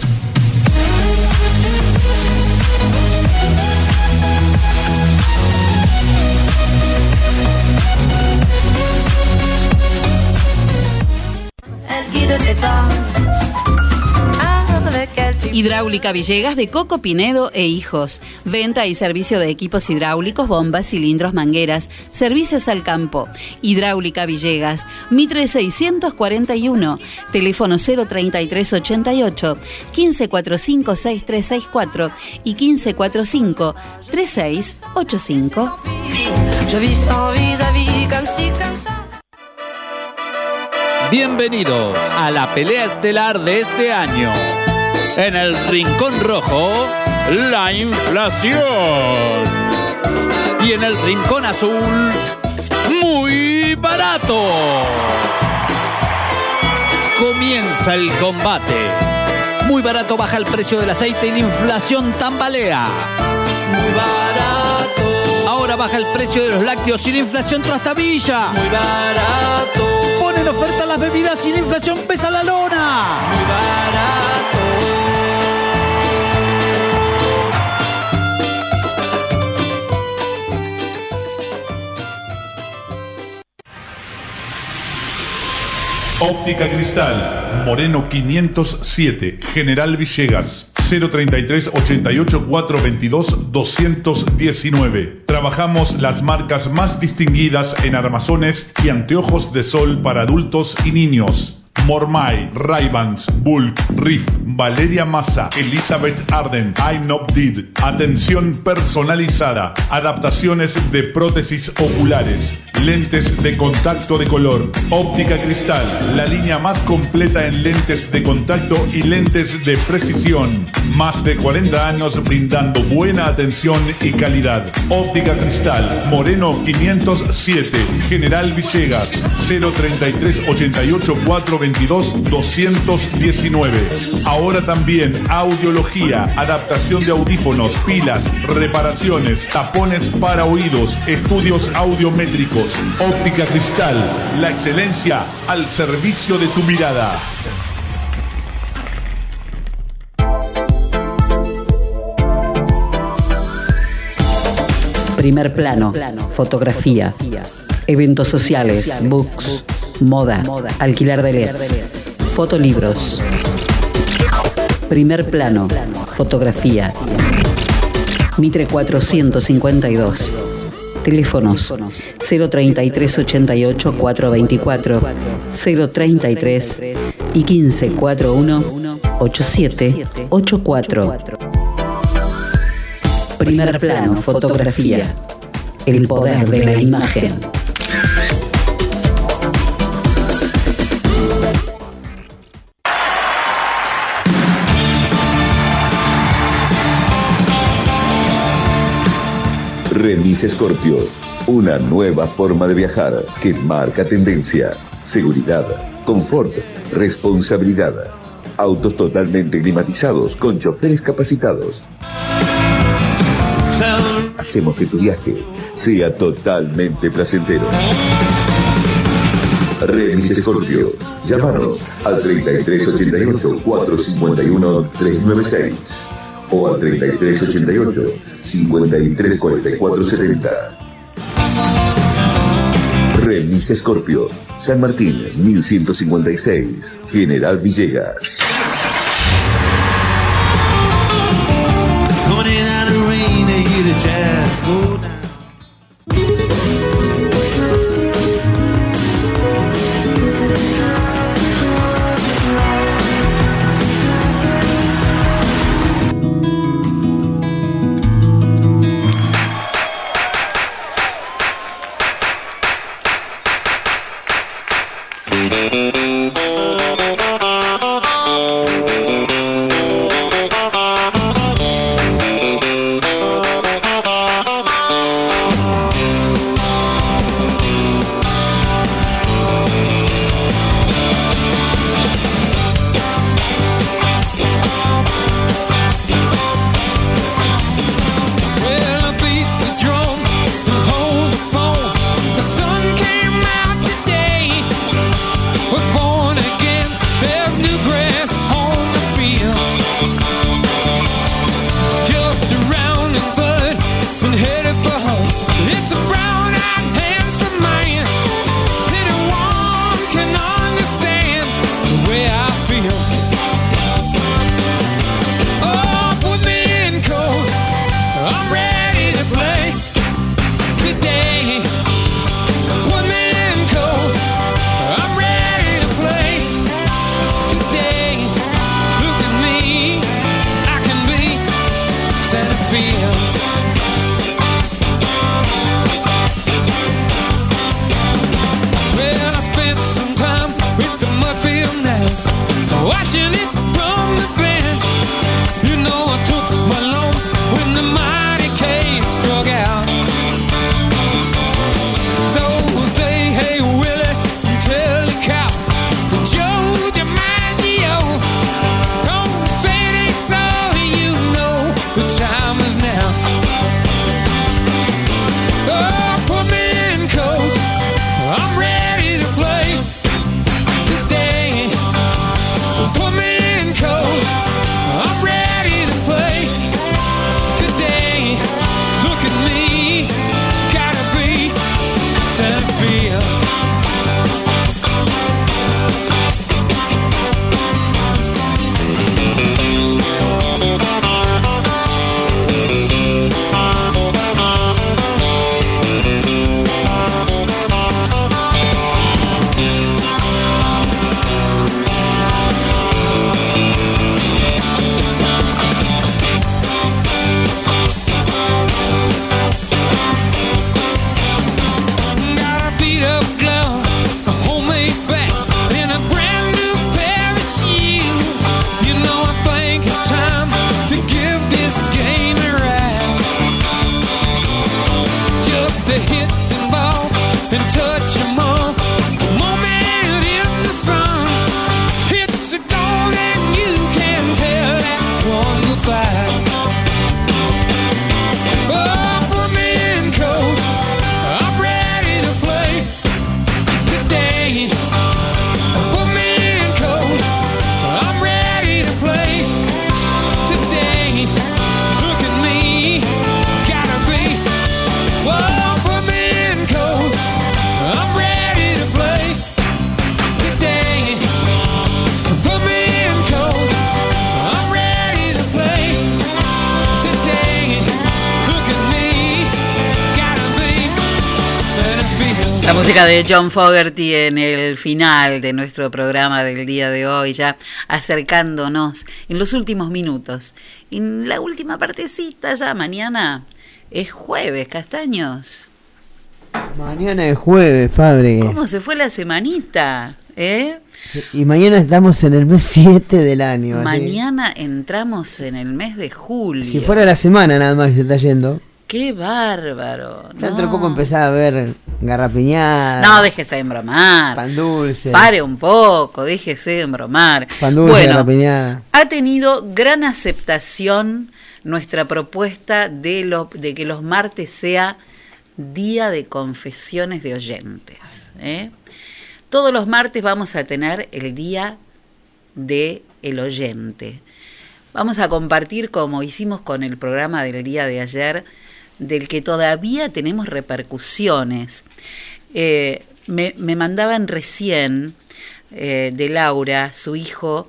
Hidráulica Villegas de Coco Pinedo e Hijos. Venta y servicio de equipos hidráulicos, bombas, cilindros, mangueras, servicios al campo. Hidráulica Villegas, Mitre 641, teléfono 03388 1545 6364 y 1545 3685. Bienvenidos a la pelea estelar de este año. En el Rincón Rojo, la inflación. Y en el Rincón Azul, muy barato. Comienza el combate. Muy barato baja el precio del aceite y la inflación tambalea. Muy barato. Ahora baja el precio de los lácteos y la inflación trastabilla. Muy barato. Ponen oferta las bebidas y la inflación pesa la lona. Muy barato. Óptica Cristal, Moreno 507, General Villegas, 033 88 422 219. Trabajamos las marcas más distinguidas en armazones y anteojos de sol para adultos y niños. Mormai, Ray-Bans, Bulk, Riff, Valeria Massa, Elizabeth Arden, Did. Atención personalizada, adaptaciones de prótesis oculares, lentes de contacto de color. Óptica Cristal, la línea más completa en lentes de contacto y lentes de precisión. Más de 40 años brindando buena atención y calidad. Óptica Cristal, Moreno 507, General Villegas, 033 88 422 219. Ahora también audiología, adaptación de audífonos, pilas, reparaciones, tapones para oídos, estudios audiométricos. Óptica Cristal, la excelencia al servicio de tu mirada. Primer plano, fotografía, eventos sociales, books, moda, alquiler de LEDs, fotolibros. Primer plano, fotografía. Mitre 452. Teléfonos 033 88 424 033 y 1541 8784. Primer plano, fotografía. El poder de la imagen. Remis Scorpio, una nueva forma de viajar que marca tendencia, seguridad, confort, responsabilidad. Autos totalmente climatizados con choferes capacitados. Hacemos que tu viaje sea totalmente placentero. Remis Scorpio, llámanos al 3388-451-396 o al 3388-534470. Remis Scorpio, San Martín, 1156, General Villegas. La música de John Fogerty en el final de nuestro programa del día de hoy, ya acercándonos en los últimos minutos, en la última partecita ya. Mañana es jueves, Castaños. Mañana es jueves, Fábregues. ¿Cómo se fue la semanita? Y mañana estamos en el mes 7 del año. Mañana así. Entramos en el mes de julio. Si fuera la semana nada más que se está yendo. ¡Qué bárbaro! Dentro de poco empezaba a ver garrapiñada. No, déjese de embromar. Pan dulce. Pare un poco, déjese de embromar. Pan dulce, bueno, garrapiñada. Ha tenido gran aceptación nuestra propuesta de que los martes sea día de confesiones de oyentes. Todos los martes vamos a tener el día de el oyente. Vamos a compartir, como hicimos con el programa del día de ayer, del que todavía tenemos repercusiones. Me mandaban recién de Laura, su hijo,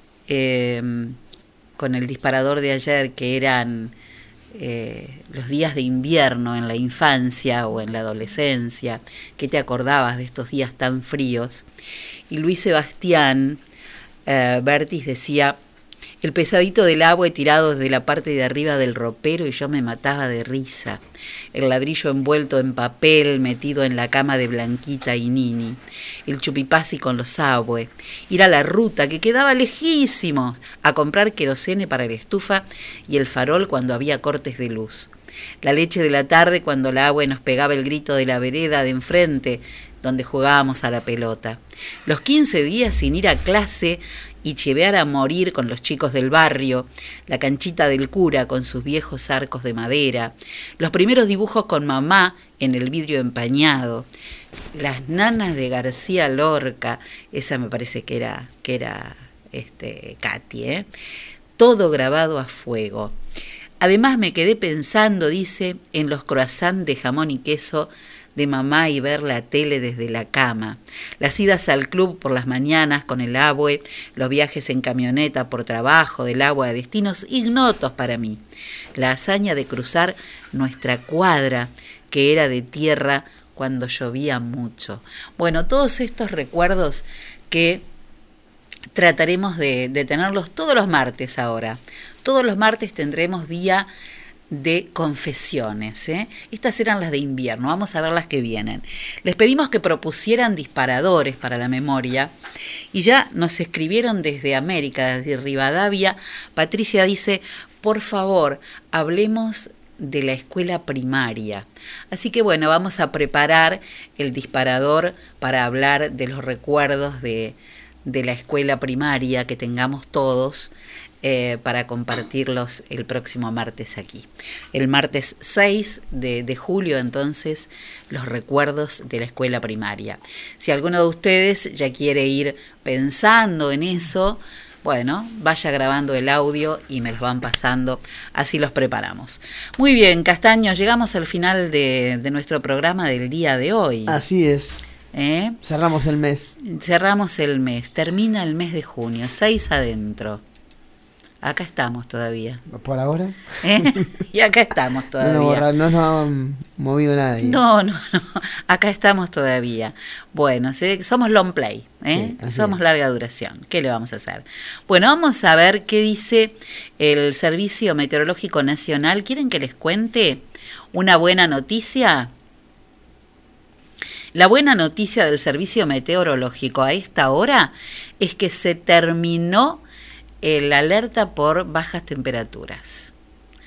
con el disparador de ayer, que eran los días de invierno en la infancia o en la adolescencia, que te acordabas de estos días tan fríos. Y Luis Sebastián Bertis decía: el pesadito del agua tirado desde la parte de arriba del ropero y yo me mataba de risa. El ladrillo envuelto en papel metido en la cama de Blanquita y Nini. El chupipasi con los abue. Ir a la ruta que quedaba lejísimos a comprar querosene para la estufa y el farol cuando había cortes de luz. La leche de la tarde cuando la agua nos pegaba el grito de la vereda de enfrente donde jugábamos a la pelota. Los 15 días sin ir a clase y chivear a morir con los chicos del barrio, la canchita del cura con sus viejos arcos de madera, los primeros dibujos con mamá en el vidrio empañado, las nanas de García Lorca, esa me parece que era Katy, todo grabado a fuego. Además me quedé pensando, dice, en los croissants de jamón y queso de mamá y ver la tele desde la cama, las idas al club por las mañanas con el abue, los viajes en camioneta por trabajo del agua a destinos ignotos para mí, la hazaña de cruzar nuestra cuadra que era de tierra cuando llovía mucho. Bueno, todos estos recuerdos que trataremos de tenerlos todos los martes ahora. Todos los martes tendremos día de confesiones. Estas eran las de invierno, vamos a ver las que vienen. Les pedimos que propusieran disparadores para la memoria y ya nos escribieron desde América, desde Rivadavia. Patricia dice: por favor, hablemos de la escuela primaria. Así que bueno, vamos a preparar el disparador para hablar de los recuerdos de la escuela primaria que tengamos todos, para compartirlos el próximo martes aquí. El martes 6 de julio, entonces, los recuerdos de la escuela primaria. Si alguno de ustedes ya quiere ir pensando en eso, bueno, vaya grabando el audio y me los van pasando, así los preparamos. Muy bien, Castaño, llegamos al final de nuestro programa del día de hoy. Así es. Cerramos el mes. Cerramos el mes, termina el mes de junio, 6 adentro. Acá estamos todavía. ¿Por ahora? Y acá estamos todavía. No nos ha movido nadie. No. Acá estamos todavía. Bueno, somos long play, Sí, somos larga duración. ¿Qué le vamos a hacer? Bueno, vamos a ver qué dice el Servicio Meteorológico Nacional. ¿Quieren que les cuente una buena noticia? La buena noticia del Servicio Meteorológico a esta hora es que se terminó la alerta por bajas temperaturas.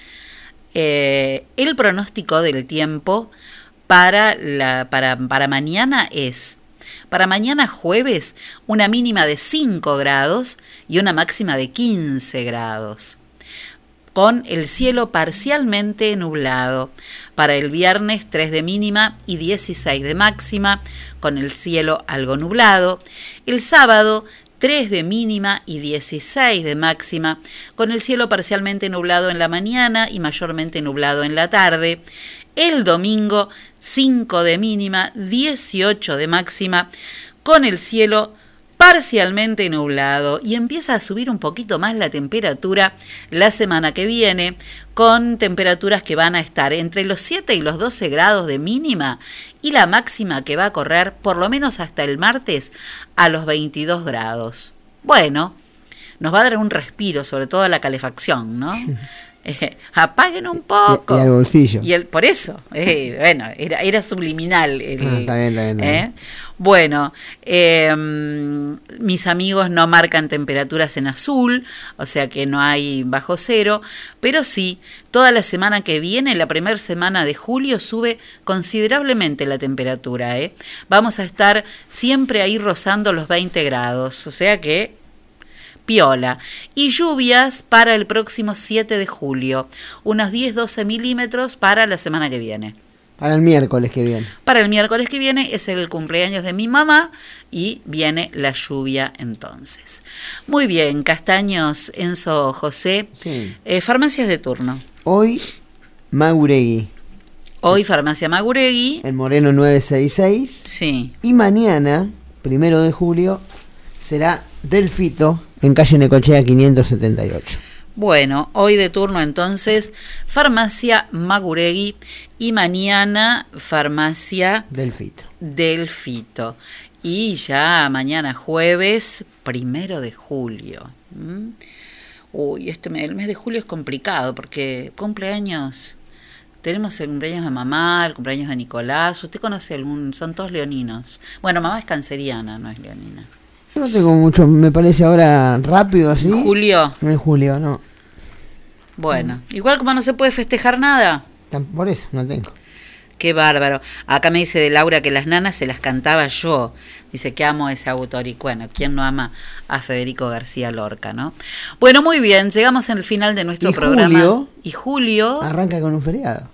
El pronóstico del tiempo para mañana es: para mañana jueves, una mínima de 5 grados y una máxima de 15 grados. Con el cielo parcialmente nublado. Para el viernes 3 de mínima y 16 de máxima, con el cielo algo nublado. El sábado 3 de mínima y 16 de máxima, con el cielo parcialmente nublado en la mañana y mayormente nublado en la tarde. El domingo 5 de mínima, 18 de máxima, con el cielo parcialmente nublado y empieza a subir un poquito más la temperatura la semana que viene, con temperaturas que van a estar entre los 7 y los 12 grados de mínima y la máxima que va a correr por lo menos hasta el martes a los 22 grados. Bueno, nos va a dar un respiro, sobre todo a la calefacción, ¿no? Apaguen un poco. Y al bolsillo. Por eso, bueno, era subliminal. Está bien. Bueno, mis amigos no marcan temperaturas en azul, o sea que no hay bajo cero, pero sí, toda la semana que viene, la primera semana de julio, sube considerablemente la temperatura. Vamos a estar siempre ahí rozando los 20 grados, o sea que piola. Y lluvias para el próximo 7 de julio, unos 10-12 milímetros para la semana que viene. Para el miércoles que viene. Para el miércoles que viene es el cumpleaños de mi mamá y viene la lluvia entonces. Muy bien, Castaños, Enzo, José. Sí. Farmacias de turno. Hoy, Maguregui. Hoy, Farmacia Maguregui. El Moreno 966. Sí. Y mañana, 1 de julio, será Delfito, en calle Necochea 578. Bueno, hoy de turno entonces, Farmacia Maguregui y mañana Farmacia Delfito. Y ya mañana jueves, 1 de julio. Uy, el mes de julio es complicado porque cumpleaños. Tenemos el cumpleaños de mamá, el cumpleaños de Nicolás. ¿Usted conoce algún? Son todos leoninos. Bueno, mamá es canceriana, no es leonina. Yo no tengo mucho, me parece ahora rápido así. ¿En julio? En julio, no. Bueno, igual como no se puede festejar nada. Por eso, no tengo. Qué bárbaro. Acá me dice de Laura que las nanas se las cantaba yo. Dice que amo a ese autor. Y bueno, ¿quién no ama a Federico García Lorca, no? Bueno, muy bien, llegamos al final de nuestro programa. Y julio arranca con un feriado.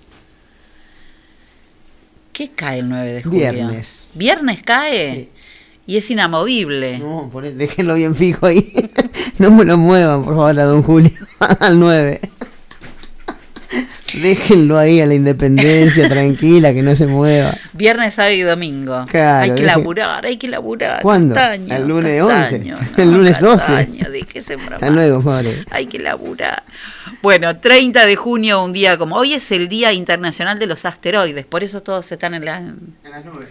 ¿Qué cae el 9 de julio? Viernes. ¿Viernes cae? Sí. Y es inamovible. No, déjenlo bien fijo ahí. No me lo muevan, por favor, a don Julio. Al 9. Déjenlo ahí a la independencia, tranquila, que no se mueva. Viernes, sábado y domingo. Claro, hay que laburar. ¿Cuándo? Castaño, ¿El lunes Castaño, 11? ¿El lunes 12? Déjese bromar. Hasta luego, padre. Hay que laburar. Bueno, 30 de junio, un día como hoy, es el Día Internacional de los Asteroides. Por eso todos están en las nubes.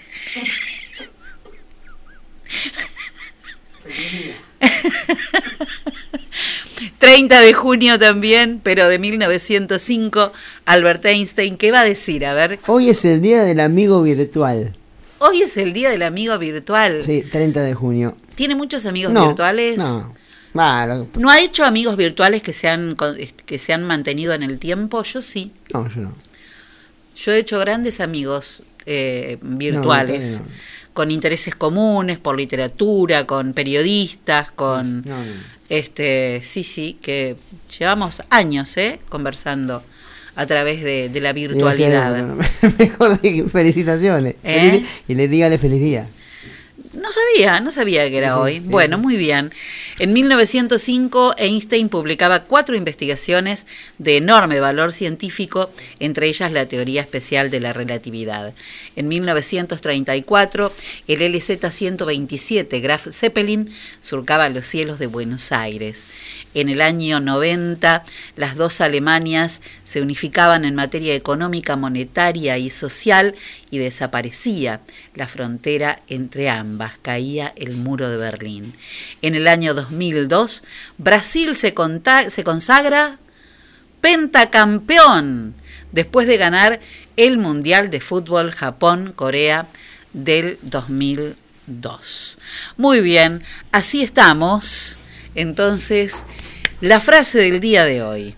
30 de junio también, pero de 1905, Albert Einstein, ¿qué va a decir? A ver. Hoy es el día del amigo virtual. Hoy es el día del amigo virtual. Sí, 30 de junio. ¿Tiene muchos amigos virtuales? No. Bueno. ¿No ha hecho amigos virtuales que se han mantenido en el tiempo? Yo sí. No, yo no. Yo he hecho grandes amigos virtuales. No. Con intereses comunes, por literatura, con periodistas, con... No. Sí, que llevamos años conversando a través de la virtualidad. Mejor felicitaciones. Y dígale feliz día. No sabía que era sí, hoy. Sí, bueno, sí. Muy bien. En 1905, Einstein publicaba 4 investigaciones de enorme valor científico, entre ellas la teoría especial de la relatividad. En 1934, el LZ-127 Graf Zeppelin surcaba los cielos de Buenos Aires. En el año 90, las dos Alemanias se unificaban en materia económica, monetaria y social y desaparecía la frontera entre ambas, caía el muro de Berlín. En el año 2002, Brasil se consagra pentacampeón después de ganar el Mundial de Fútbol Japón-Corea del 2002. Muy bien, así estamos. Entonces, la frase del día de hoy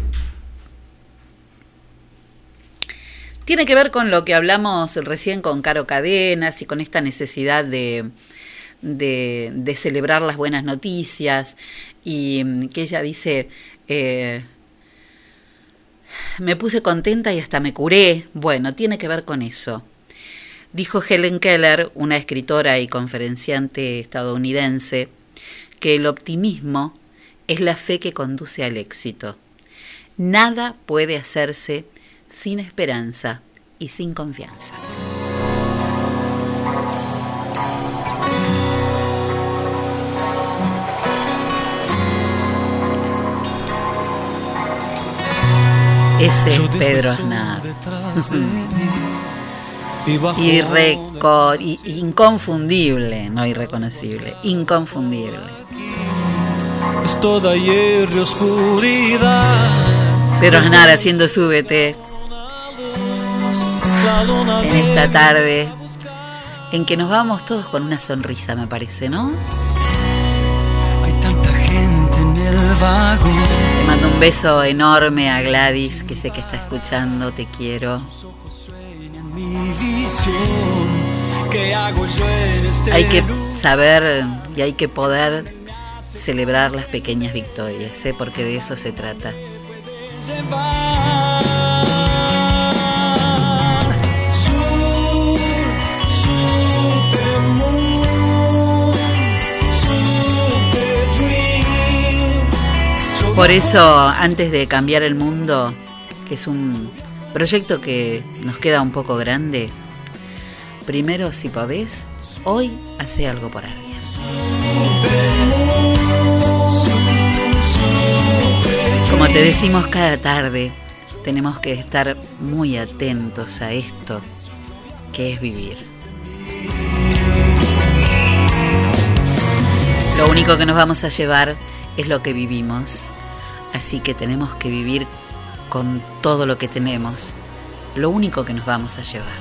tiene que ver con lo que hablamos recién con Caro Cadenas y con esta necesidad de celebrar las buenas noticias, y que ella dice, me puse contenta y hasta me curé. Bueno, tiene que ver con eso. Dijo Helen Keller, una escritora y conferenciante estadounidense, que el optimismo es la fe que conduce al éxito. Nada puede hacerse sin esperanza y sin confianza. Ese es Pedro Aznar. Inconfundible, no irreconocible, inconfundible. Es toda hierro y oscuridad. Pedro Aznar haciendo Súbete en esta tarde en que nos vamos todos con una sonrisa, me parece, ¿no? Hay tanta gente en el vagón. Le mando un beso enorme a Gladys, que sé que está escuchando, te quiero. Hay que saber y hay que poder celebrar las pequeñas victorias, ¿eh? Porque de eso se trata. Por eso, antes de cambiar el mundo, que es un proyecto que nos queda un poco grande, primero, si podés, hoy hace algo por alguien. Como te decimos cada tarde, tenemos que estar muy atentos a esto que es vivir. Lo único que nos vamos a llevar es lo que vivimos, así que tenemos que vivir con todo lo que tenemos, lo único que nos vamos a llevar.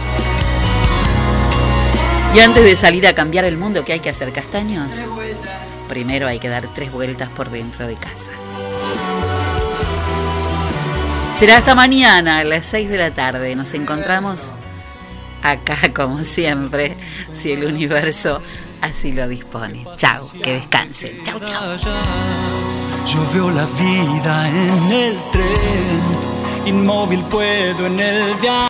Y antes de salir a cambiar el mundo, ¿qué hay que hacer, castaños? Primero hay que dar 3 vueltas por dentro de casa. Será hasta mañana a las 6 de la tarde. Nos encontramos acá como siempre, si el universo así lo dispone. Chao, que descansen. Chao, chao. Yo veo la vida en el tren, inmóvil puedo en el viaje.